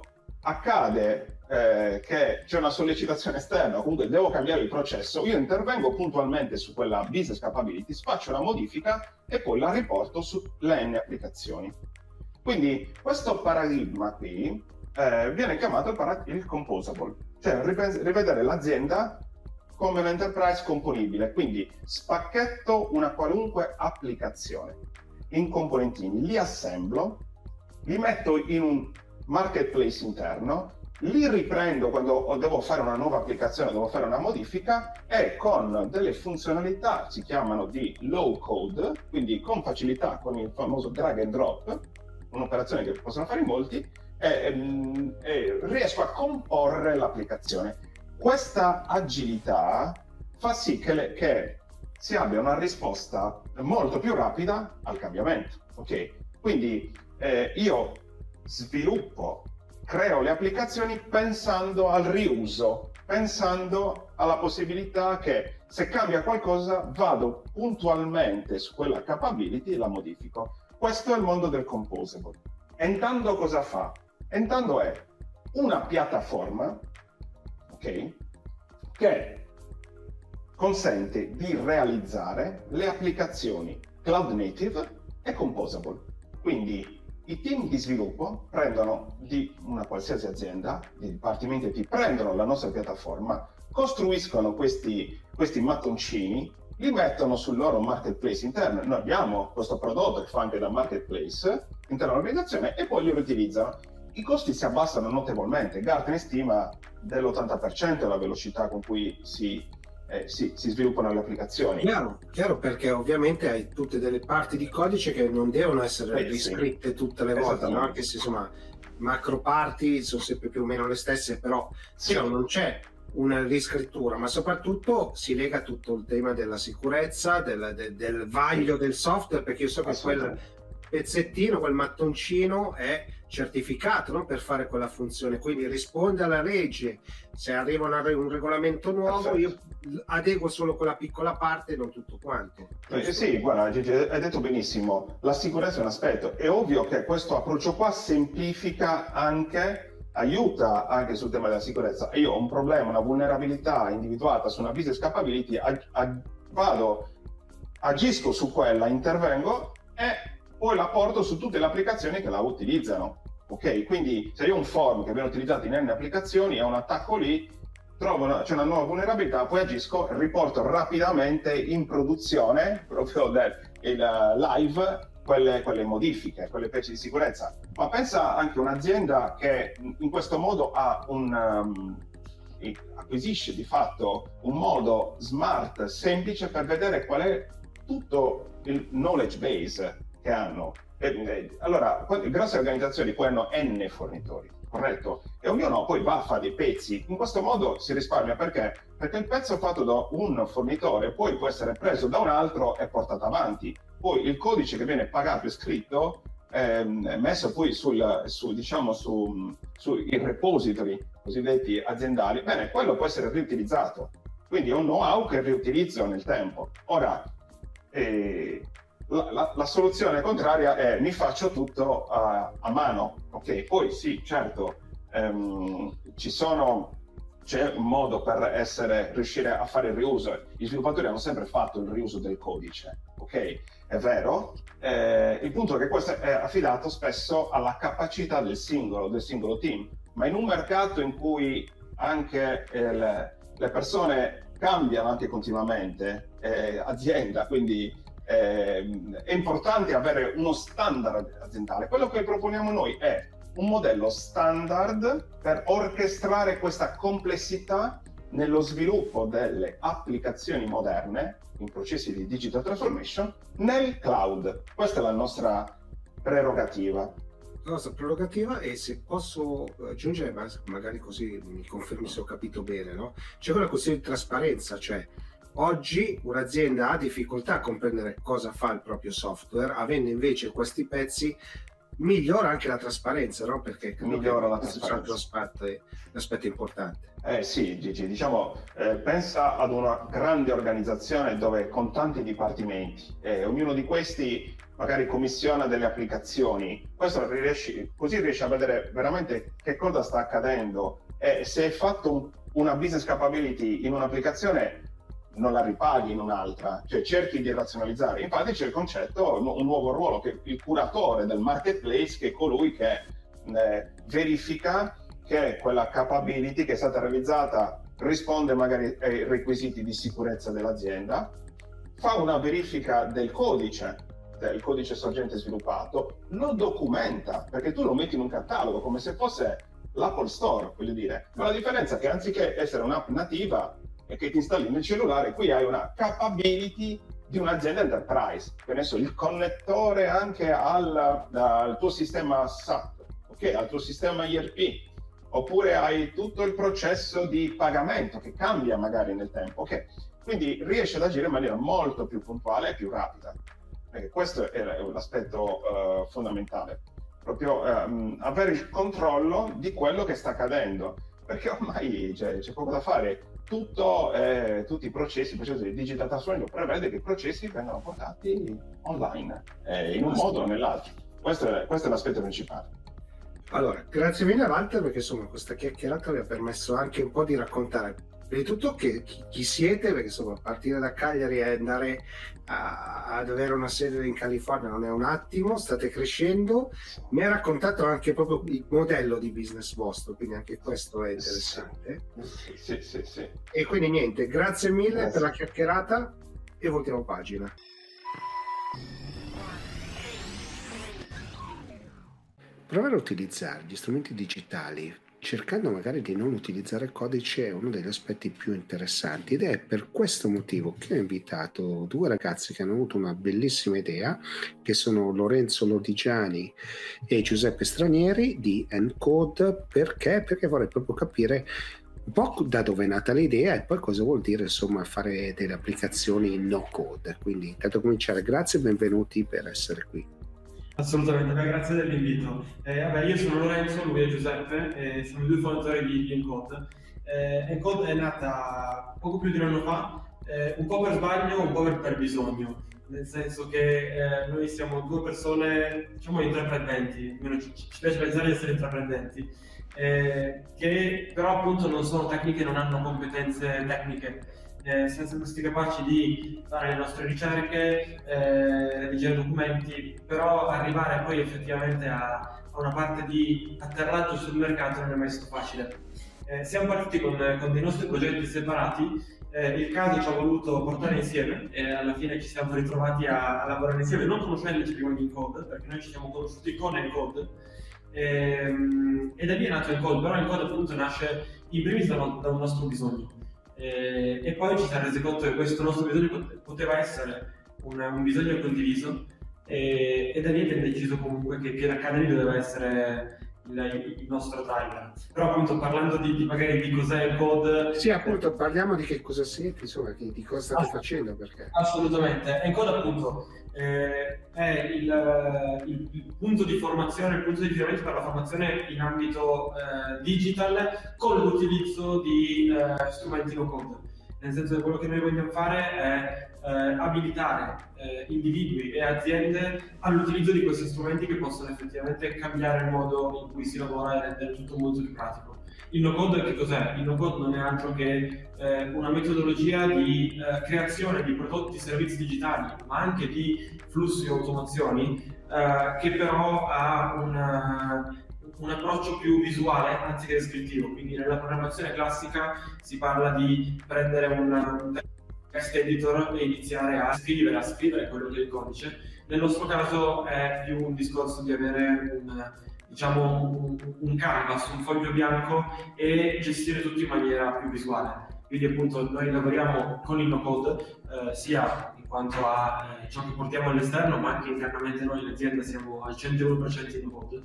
accade eh, che c'è una sollecitazione esterna o comunque devo cambiare il processo, io intervengo puntualmente su quella business capabilities, faccio una modifica e poi la riporto sulle N applicazioni. Quindi questo paradigma qui eh, viene chiamato il, parad- il composable, cioè rivedere l'azienda come un enterprise componibile, quindi spacchetto una qualunque applicazione in componentini, li assemblo, li metto in un marketplace interno, li riprendo quando devo fare una nuova applicazione, devo fare una modifica e con delle funzionalità, si chiamano di low code, quindi con facilità, con il famoso drag and drop, un'operazione che possono fare in molti, e, e, e riesco a comporre l'applicazione. Questa agilità fa sì che, le, che si abbia una risposta molto più rapida al cambiamento, ok? Quindi eh, io sviluppo, creo le applicazioni pensando al riuso, pensando alla possibilità che se cambia qualcosa vado puntualmente su quella capability e la modifico. Questo è il mondo del composable. Entando cosa fa? Entando è una piattaforma, ok, che consente di realizzare le applicazioni cloud native e composable. Quindi i team di sviluppo prendono di una qualsiasi azienda, i dipartimenti I T prendono la nostra piattaforma, costruiscono questi, questi mattoncini, li mettono sul loro marketplace interno. Noi abbiamo questo prodotto che fa anche da marketplace interno all'organizzazione e poi li riutilizzano. i costi si abbassano notevolmente. Gartner stima dell'ottanta per cento la velocità con cui si, eh, si, si sviluppano le applicazioni. Chiaro, chiaro, perché ovviamente hai tutte delle parti di codice che non devono essere eh, riscritte sì. tutte le volte, no? Anche se insomma macro parti sono sempre più o meno le stesse, però sì. Cioè, non c'è una riscrittura, ma soprattutto si lega a tutto il tema della sicurezza, del, del, del vaglio del software, perché io so che quel pezzettino, quel mattoncino è certificato, no? Per fare quella funzione, quindi risponde alla legge. Se arriva una, un regolamento nuovo, perfetto, io adeguo solo quella piccola parte, non tutto quanto. Eh, sì, guarda Gigi, hai detto benissimo, la sicurezza è un aspetto. È ovvio che questo approccio qua semplifica anche, aiuta anche sul tema della sicurezza. Io ho un problema, una vulnerabilità individuata su una business capability, ag- ag- vado, agisco su quella, intervengo e poi la porto su tutte le applicazioni che la utilizzano. Ok, quindi se io ho un form che viene utilizzato in n applicazioni, ho un attacco lì, trovo una, c'è una nuova vulnerabilità, poi agisco, riporto rapidamente in produzione, proprio del il live, quelle, quelle modifiche, quelle patch di sicurezza. Ma pensa anche un'azienda che in questo modo ha un, um, acquisisce di fatto un modo smart, semplice per vedere qual è tutto il knowledge base che hanno. Allora, grosse organizzazioni poi hanno n fornitori, corretto? E ognuno poi va a fare dei pezzi. In questo modo si risparmia, perché? Perché il pezzo fatto da un fornitore poi può essere preso da un altro e portato avanti. Poi il codice che viene pagato e scritto è messo poi sul, su, diciamo, su, sui repository cosiddetti aziendali. Bene, quello può essere riutilizzato. Quindi è un know-how che riutilizzo nel tempo. Ora, eh, La, la, la soluzione contraria è mi faccio tutto a, a mano, ok? Poi sì, certo, ehm, ci sono, c'è un modo per essere, riuscire a fare il riuso. Gli sviluppatori hanno sempre fatto il riuso del codice, ok? È vero. Eh, il punto è che questo è affidato spesso alla capacità del singolo, del singolo team, ma in un mercato in cui anche eh, le, le persone cambiano anche continuamente, eh, azienda, quindi Eh, è importante avere uno standard aziendale. Quello che proponiamo noi è un modello standard per orchestrare questa complessità nello sviluppo delle applicazioni moderne in processi di digital transformation nel cloud. Questa è la nostra prerogativa. La nostra prerogativa, e se posso aggiungere, magari così mi confermi se ho capito bene, no? C'è quella questione di trasparenza, cioè oggi un'azienda ha difficoltà a comprendere cosa fa il proprio software, avendo invece questi pezzi migliora anche la trasparenza, no? Perché migliora la trasparenza. L'aspetto, l'aspetto importante. Eh sì, Gigi, diciamo, eh, pensa ad una grande organizzazione dove con tanti dipartimenti, eh, ognuno di questi magari commissiona delle applicazioni. Questo riesci, così riesci a vedere veramente che cosa sta accadendo, e se hai fatto un, una business capability in un'applicazione non la ripaghi in un'altra, cioè cerchi di razionalizzare. Infatti c'è il concetto, un nuovo ruolo, che il curatore del marketplace, che è colui che eh, verifica che quella capability che è stata realizzata risponde magari ai requisiti di sicurezza dell'azienda, fa una verifica del codice, del codice sorgente sviluppato, lo documenta, perché tu lo metti in un catalogo come se fosse l'Apple Store, voglio dire. Ma la differenza è che anziché essere un'app nativa e che ti installi nel cellulare, qui hai una capability di un'azienda enterprise, che ne so, il connettore anche al, al tuo sistema S A P, ok, al tuo sistema I R P, oppure hai tutto il processo di pagamento che cambia magari nel tempo, ok? Quindi riesci ad agire in maniera molto più puntuale e più rapida, perché questo è l'aspetto uh, fondamentale, proprio um, avere il controllo di quello che sta accadendo, perché ormai c'è, c'è poco da fare. Tutto, eh, tutti i processi, il processo di digital transformation prevede che i processi vengano portati online, eh, in un modo o nell'altro. Questo è, questo è l'aspetto principale. Allora, grazie mille Walter, perché insomma questa chiacchierata mi ha permesso anche un po' di raccontare prima di tutto che, chi, chi siete, perché insomma partire da Cagliari e andare a, ad avere una sede in California non è un attimo, state crescendo. Mi ha raccontato anche proprio il modello di business vostro, quindi anche questo è interessante. Sì, sì, sì, sì. E quindi niente, grazie mille grazie. per la chiacchierata e voltiamo pagina. provare a utilizzare gli strumenti digitali cercando magari di non utilizzare codice è uno degli aspetti più interessanti, ed è per questo motivo che ho invitato due ragazzi che hanno avuto una bellissima idea, che sono Lorenzo Lodigiani e Giuseppe Stranieri di Encode. Perché? Perché vorrei proprio capire un po' da dove è nata l'idea e poi cosa vuol dire insomma fare delle applicazioni no code. Quindi intanto cominciare, grazie e benvenuti per essere qui. Assolutamente, beh, grazie dell'invito. Eh, vabbè, io sono Lorenzo, lui è Giuseppe, e siamo i due fondatori di, di Encode. Eh, Encode è nata poco più di un anno fa, eh, un po' per sbaglio, un po' per, per bisogno, nel senso che eh, noi siamo due persone, diciamo, intraprendenti, almeno ci, ci piace pensare di essere intraprendenti, eh, che però appunto non sono tecniche, non hanno competenze tecniche. Eh, siamo sempre stati capaci di fare le nostre ricerche, eh, redigere documenti, però arrivare poi effettivamente a, a una parte di atterraggio sul mercato non è mai stato facile. Eh, siamo partiti con, con dei nostri progetti separati, eh, il caso ci ha voluto portare insieme e alla fine ci siamo ritrovati a, a lavorare insieme, non conoscendoci prima di Encode, perché noi ci siamo conosciuti con Encode, ehm, e da lì è nato Encode, però Encode appunto nasce in primis da, da un nostro bisogno. E, e poi ci siamo resi conto che questo nostro bisogno poteva essere un, un bisogno condiviso, e, e da lì abbiamo deciso comunque che, che l'Academy doveva essere il, il nostro driver. Però appunto parlando di, di magari di cos'è il code, sì, appunto parliamo di che cosa siete, insomma, di, di cosa state Ass- facendo, perché assolutamente. Encode appunto eh, è il, il, il punto di formazione, il punto di riferimento per la formazione in ambito eh, digital con l'utilizzo di eh, strumenti no code. Nel senso che quello che noi vogliamo fare è eh, abilitare eh, individui e aziende all'utilizzo di questi strumenti che possono effettivamente cambiare il modo in cui si lavora e rendere tutto molto più pratico. Il no-code che cos'è? Il no-code non è altro che eh, una metodologia di eh, creazione di prodotti e servizi digitali, ma anche di flussi e automazioni, eh, che però ha una, un approccio più visuale anziché descrittivo. Quindi nella programmazione classica si parla di prendere un, un text editor e iniziare a scrivere, a scrivere quello che è il codice. Nel nostro caso è più un discorso di avere un, diciamo, un, un canvas, un foglio bianco e gestire tutto in maniera più visuale. Quindi appunto noi lavoriamo con il no-code, eh, sia in quanto a eh, ciò che portiamo all'esterno, ma anche internamente noi in azienda siamo al centouno per cento in no-code,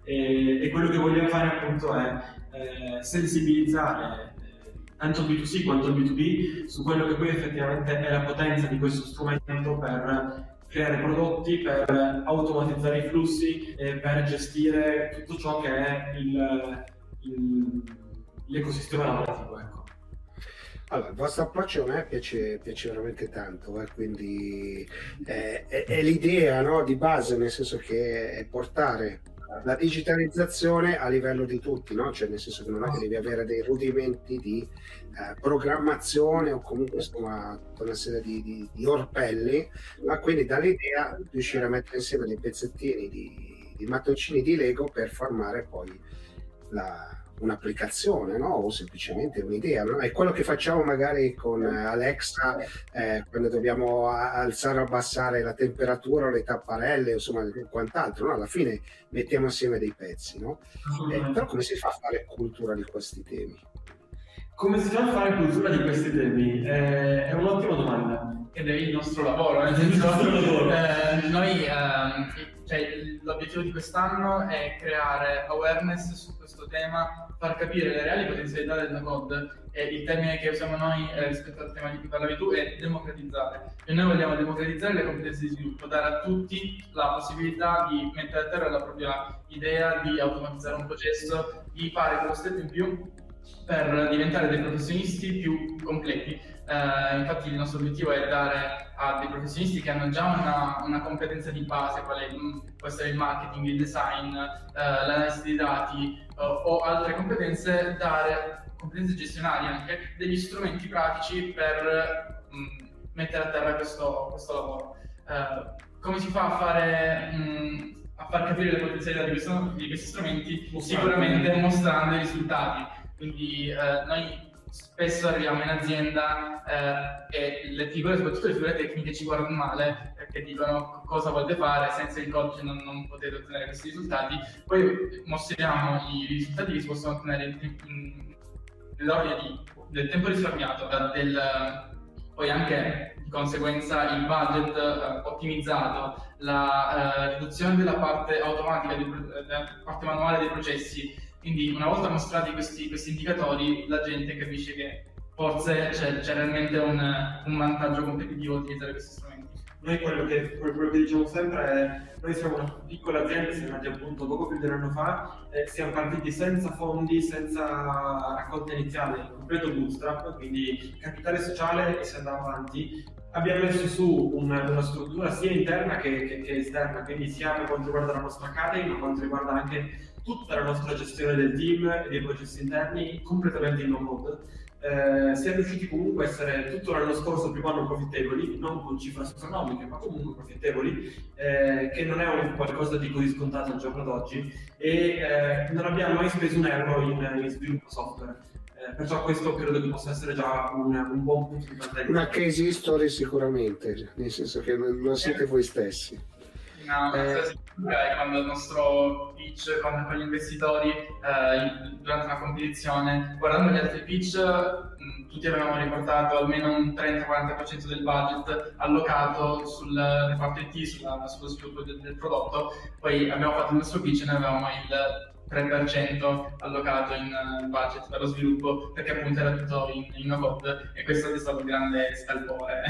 e, e quello che vogliamo fare appunto è eh, sensibilizzare eh, tanto il B due C quanto il B due B su quello che poi effettivamente è la potenza di questo strumento per creare prodotti, per automatizzare i flussi e per gestire tutto ciò che è il, il, l'ecosistema lavorativo. Ecco. Allora, il vostro approccio a me piace, piace veramente tanto, eh? Quindi eh, è, è l'idea, no, di base, nel senso che è portare la digitalizzazione a livello di tutti, no? Cioè nel senso che non è che devi avere dei rudimenti di eh, programmazione o comunque insomma una serie di, di, di orpelli, ma quindi dall'idea riuscire a mettere insieme dei pezzettini di, di mattoncini di Lego per formare poi la un'applicazione, no? O semplicemente un'idea, no? È quello che facciamo magari con Alexa eh, quando dobbiamo alzare o abbassare la temperatura, le tapparelle, insomma quant'altro, no? Alla fine mettiamo assieme dei pezzi, no? Eh, però come si fa a fare cultura di questi temi? Come si fa a fare cultura di questi temi? Eh, è un'ottima domanda. Ed è il nostro lavoro, nel senso, eh, noi, eh, cioè, l'obiettivo di quest'anno è creare awareness su questo tema, far capire le reali potenzialità del no-code, e il termine che usiamo noi eh, rispetto al tema di cui parlavi tu è democratizzare. E noi vogliamo democratizzare le competenze di sviluppo, dare a tutti la possibilità di mettere a terra la propria idea, di automatizzare un processo, di fare quello step in più per diventare dei professionisti più completi. Uh, infatti il nostro obiettivo è dare a dei professionisti che hanno già una, una competenza di base, quale mh, può essere il marketing, il design, uh, l'analisi dei dati uh, o altre competenze, dare competenze gestionali anche, degli strumenti pratici per mh, mettere a terra questo, questo lavoro. Uh, come si fa a fare mh, a far capire le potenzialità di, questo, di questi strumenti? Sicuramente mostrando i risultati. Quindi uh, noi spesso arriviamo in azienda eh, e le figure, soprattutto le figure tecniche, ci guardano male che dicono cosa volete fare, senza il codice non, non potete ottenere questi risultati. Poi mostriamo i risultati che si possono ottenere in, in, nell'ordine di, del tempo risparmiato, del, poi anche di conseguenza il budget eh, ottimizzato, la eh, riduzione della parte automatica, della parte manuale dei processi. Quindi una volta mostrati questi, questi indicatori, la gente capisce che forse c'è, c'è realmente un, un vantaggio competitivo a utilizzare questi strumenti. Noi quello che, quello che diciamo sempre è, noi siamo una piccola azienda, siamo nati appunto poco più di un anno fa, eh, siamo partiti senza fondi, senza raccolta iniziale, in completo bootstrap, quindi capitale sociale, e si andava avanti. Abbiamo messo su una, una struttura sia interna che, che, che esterna, quindi sia per quanto riguarda la nostra academy, ma quanto riguarda anche tutta la nostra gestione del team e dei processi interni completamente in no code. Eh, siamo riusciti comunque a essere tutto l'anno scorso il primo anno profittevoli, non con cifre astronomiche, ma comunque profittevoli, eh, che non è un qualcosa di così scontato al giorno d'oggi, e eh, non abbiamo mai speso un euro in, in sviluppo software. Eh, perciò questo credo che possa essere già un, un buon punto di partenza. Una case history sicuramente, nel senso che non, non siete voi stessi. No, eh. è quando il nostro pitch con, con gli investitori eh, durante una competizione, guardando gli altri pitch, mh, tutti avevamo riportato almeno un trenta quaranta per cento del budget allocato sul reparto I T, sulla, sullo sviluppo del, del prodotto. Poi abbiamo fatto il nostro pitch e noi avevamo il tre per cento allocato in uh, budget per lo sviluppo, perché appunto era tutto in, in no code, e questo è stato un grande scalpore.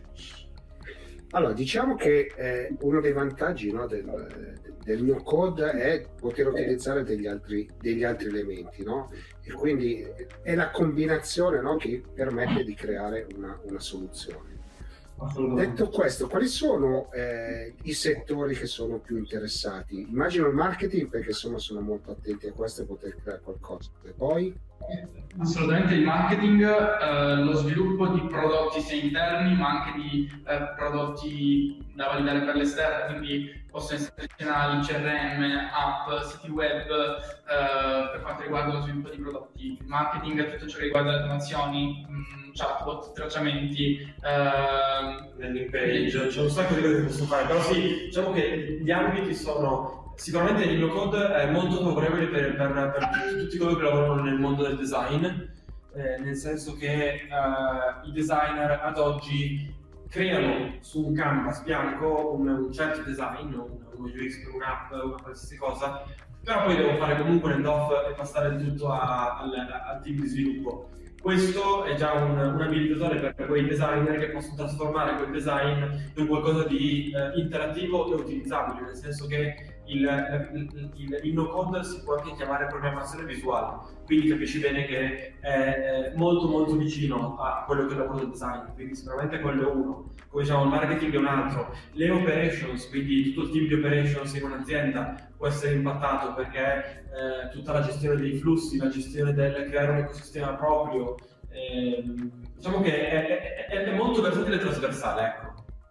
Allora, diciamo che eh, uno dei vantaggi, no, del, del no code è poter utilizzare degli altri, degli altri elementi, no? E quindi è la combinazione, no, che permette di creare una, una soluzione. Detto questo, quali sono eh, i settori che sono più interessati? Immagino il marketing, perché insomma sono molto attenti a questo e poter creare qualcosa. E poi? Assolutamente il marketing, eh, lo sviluppo di prodotti sia interni ma anche di eh, prodotti da validare per l'esterno, quindi possono essere canali, C R M, app, siti web, eh, per quanto riguarda lo sviluppo di prodotti. Il marketing è tutto ciò che riguarda le automazioni, mh, chatbot, tracciamenti, eh, landing page, c'è un sacco di cose che posso fare, però sì, diciamo che gli ambiti sono sicuramente il no code è molto favorevole per, per, per tutti coloro che lavorano nel mondo del design, eh, nel senso che uh, i designer ad oggi creano su un canvas bianco un, un certo design, un, un U X per un'app, una qualsiasi cosa, però poi devono fare comunque un end-off e passare il tutto a, al, al team di sviluppo. Questo è già un, un abilitatore per quei designer che possono trasformare quel design in qualcosa di eh, interattivo e utilizzabile, nel senso che il, il, il, il no code si può anche chiamare programmazione visuale, quindi capisci bene che è, è molto molto vicino a quello che è il lavoro del design, quindi sicuramente quello è uno. Come diciamo, il marketing è un altro. Le operations, quindi tutto il team di operations in un'azienda può essere impattato, perché eh, tutta la gestione dei flussi, la gestione del creare un ecosistema proprio, eh, diciamo che è, è, è molto versatile e trasversale, ecco.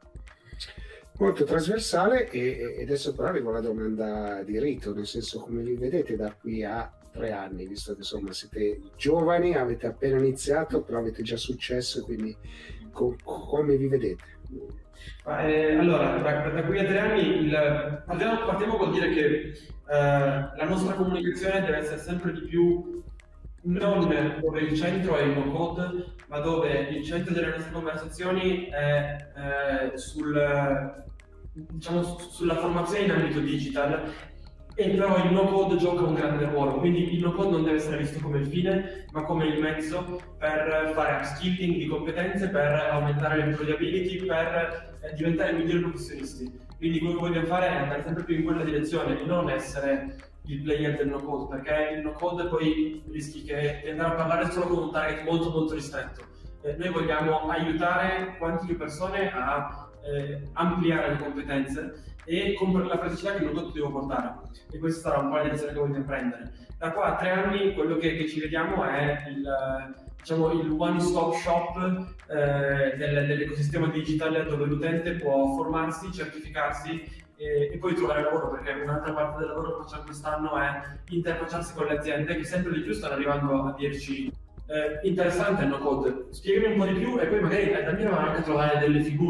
Molto trasversale, e, e adesso però arrivo alla domanda di rito, nel senso, come vi vedete da qui a tre anni, visto che insomma siete giovani, avete appena iniziato, però avete già successo, quindi co- come vi vedete? Eh, allora, da, da qui a tre anni il, partiamo, partiamo col dire che eh, la nostra comunicazione deve essere sempre di più non dove il centro è il no code, ma dove il centro delle nostre conversazioni è eh, sul, diciamo, sulla formazione in ambito digital, e però il no code gioca un grande ruolo, quindi il no code non deve essere visto come il fine, ma come il mezzo per fare upskilling di competenze, per aumentare l'employability, per eh, diventare migliori professionisti. Quindi quello che vogliamo fare è andare sempre più in quella direzione e non essere il player del no code, perché il no code poi rischi che, di andare a parlare solo con un target molto molto ristretto. Eh, noi vogliamo aiutare quante più persone a eh, ampliare le competenze e con la praticità che il no code devo portare, e questa sarà un po' la direzione che vogliamo prendere. Da qua a tre anni quello che, che ci vediamo è il, diciamo, il one stop shop eh, del, dell'ecosistema digitale, dove l'utente può formarsi, certificarsi e, e poi trovare lavoro, perché un'altra parte del lavoro che facciamo quest'anno è interfacciarsi con le aziende, che sempre di più stanno arrivando a dirci eh, interessante il no code, spiegami un po' di più, e poi magari dammi una mano anche a trovare delle figure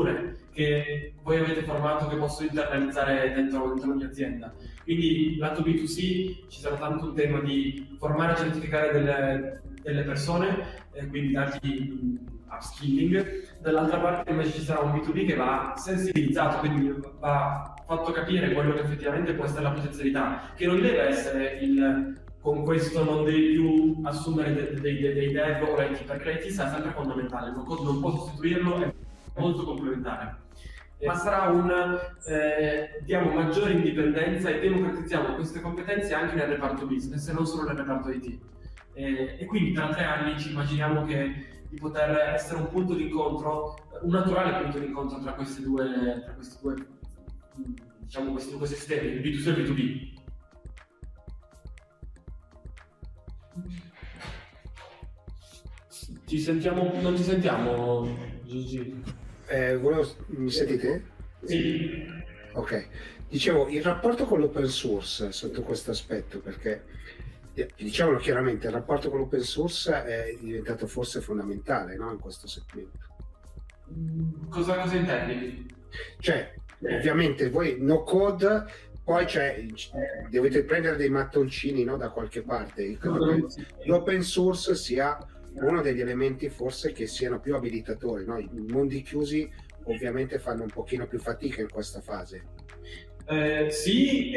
che voi avete formato che posso internalizzare dentro, dentro ogni azienda. Quindi lato B due C ci sarà tanto un tema di formare e certificare delle, delle persone, eh, quindi dargli upskilling. Dall'altra parte invece ci sarà un B due B che va sensibilizzato, quindi va fatto capire quello che effettivamente può essere la potenzialità, che non deve essere il con questo non devi più assumere dei, dei, dei, dei dev o l'I T, perché l'I T sarà sempre fondamentale, il no-code non può sostituirlo, è molto complementare. Ma sarà un eh, diamo maggiore indipendenza e democratizziamo queste competenze anche nel reparto business e non solo nel reparto I T. Eh, e quindi tra tre anni ci immaginiamo che di poter essere un punto di incontro, un naturale punto di incontro tra questi due, tra questi due, diciamo, questi due sistemi, il B due C e il B due B. Ci sentiamo, non ci sentiamo, Gigi? Eh, volevo, mi sentite? Sì. Ok, dicevo, il rapporto con l'open source sotto questo aspetto, perché diciamolo chiaramente, il rapporto con l'open source è diventato forse fondamentale, no, in questo segmento. Cosa, cosa intendi? Cioè, eh. ovviamente voi no code, poi c'è, dovete prendere dei mattoncini, no, da qualche parte. L'open source sia uno degli elementi forse che siano più abilitatori, no? I mondi chiusi ovviamente fanno un pochino più fatica in questa fase. Eh, sì,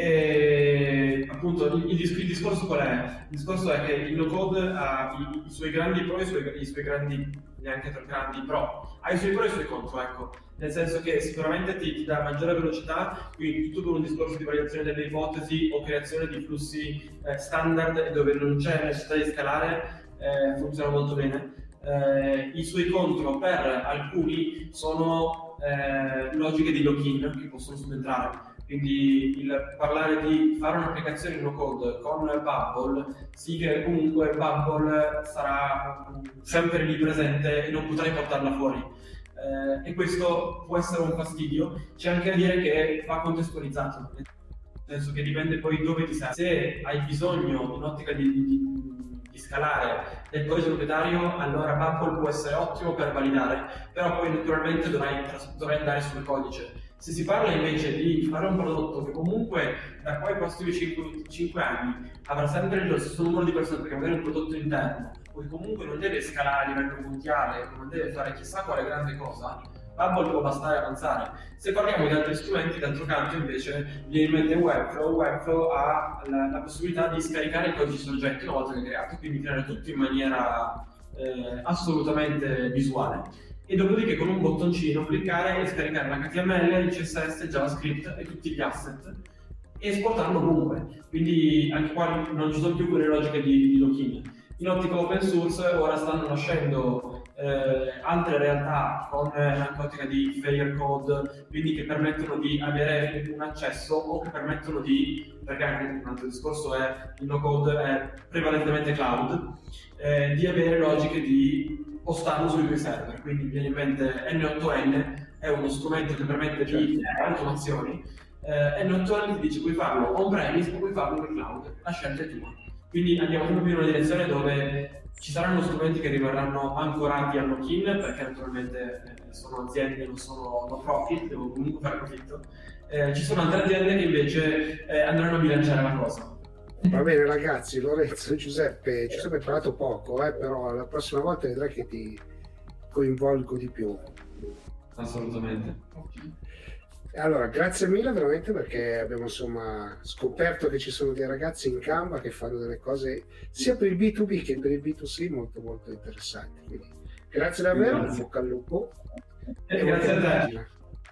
eh, appunto il, il, il discorso qual è? Il discorso è che il no-code ha i, i suoi grandi pro e i suoi, i suoi grandi, neanche tra grandi pro, ha i suoi pro e i suoi contro, ecco. Nel senso che sicuramente ti, ti dà maggiore velocità, quindi tutto per un discorso di validazione delle ipotesi o creazione di flussi eh, standard dove non c'è necessità di scalare. Eh, funziona molto bene. Eh, I suoi contro per alcuni sono eh, logiche di lock-in che possono subentrare. Quindi il parlare di fare un'applicazione in no code con Bubble sì che comunque Bubble sarà sempre lì presente e non potrai portarla fuori. Eh, e questo può essere un fastidio. C'è anche da dire che va contestualizzato, nel senso che dipende poi dove ti serve. Se hai bisogno in ottica di, di di scalare del codice proprietario, allora Bubble può essere ottimo per validare, però poi naturalmente dovrai, dovrai andare sul codice. Se si parla invece di fare un prodotto che comunque da qua ai prossimi cinque anni avrà sempre lo stesso numero di persone perché magari è un prodotto interno, poi comunque non deve scalare a livello mondiale, non deve fare chissà quale grande cosa, Bubble può bastare avanzare. Se parliamo di altri strumenti, d'altro canto invece viene in mente Webflow. Webflow ha la, la possibilità di scaricare il codice soggetto una volta che è creato, quindi creare tutto in maniera eh, assolutamente visuale. E dopodiché con un bottoncino cliccare e scaricare l'H T M L, il C S S, JavaScript e tutti gli asset e esportarlo ovunque. Quindi anche qua non ci sono più quelle logiche di, di lock-in. In ottica open source ora stanno nascendo eh, altre realtà con un'ottica di fair code, quindi che permettono di avere un accesso o che permettono di, perché anche un altro discorso è il no code è prevalentemente cloud, eh, di avere logiche di postarlo sui tuoi server. Quindi mi viene in mente N otto N è uno strumento che permette di fare automazioni. eh, N otto N ti dice puoi farlo on-premise o puoi farlo in cloud, la scelta è tua. Quindi andiamo sempre più in una direzione dove ci saranno strumenti che rimarranno ancorati al lock-in, perché naturalmente eh, sono aziende, non sono no profit, devo comunque fare profitto. Eh, ci sono altre aziende che invece eh, andranno a bilanciare la cosa. Va bene ragazzi, Lorenzo, Giuseppe, ci siamo parlato poco, eh, però la prossima volta vedrai che ti coinvolgo di più. Assolutamente. Allora, grazie mille veramente, perché abbiamo insomma scoperto che ci sono dei ragazzi in gamba che fanno delle cose sia per il B due B che per il B due C molto molto interessanti. Quindi, grazie davvero, grazie. Bocca al lupo. E, e grazie a te.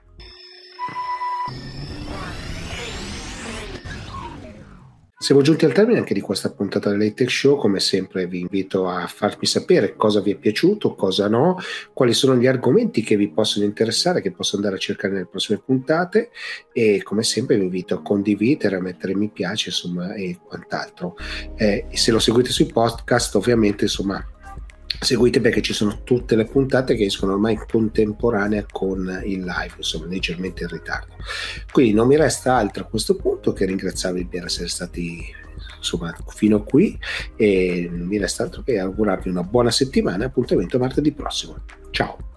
Siamo giunti al termine anche di questa puntata dell'High-Tech Show. Come sempre vi invito a farmi sapere cosa vi è piaciuto, cosa no, quali sono gli argomenti che vi possono interessare, che posso andare a cercare nelle prossime puntate, e come sempre vi invito a condividere, a mettere mi piace, insomma, e quant'altro. Eh, e se lo seguite sui podcast, ovviamente, insomma, seguite, perché ci sono tutte le puntate che escono ormai in contemporanea con il live, insomma leggermente in ritardo. Quindi non mi resta altro a questo punto che ringraziarvi per essere stati insomma fino a qui, e non mi resta altro che augurarvi una buona settimana e appuntamento martedì prossimo. Ciao.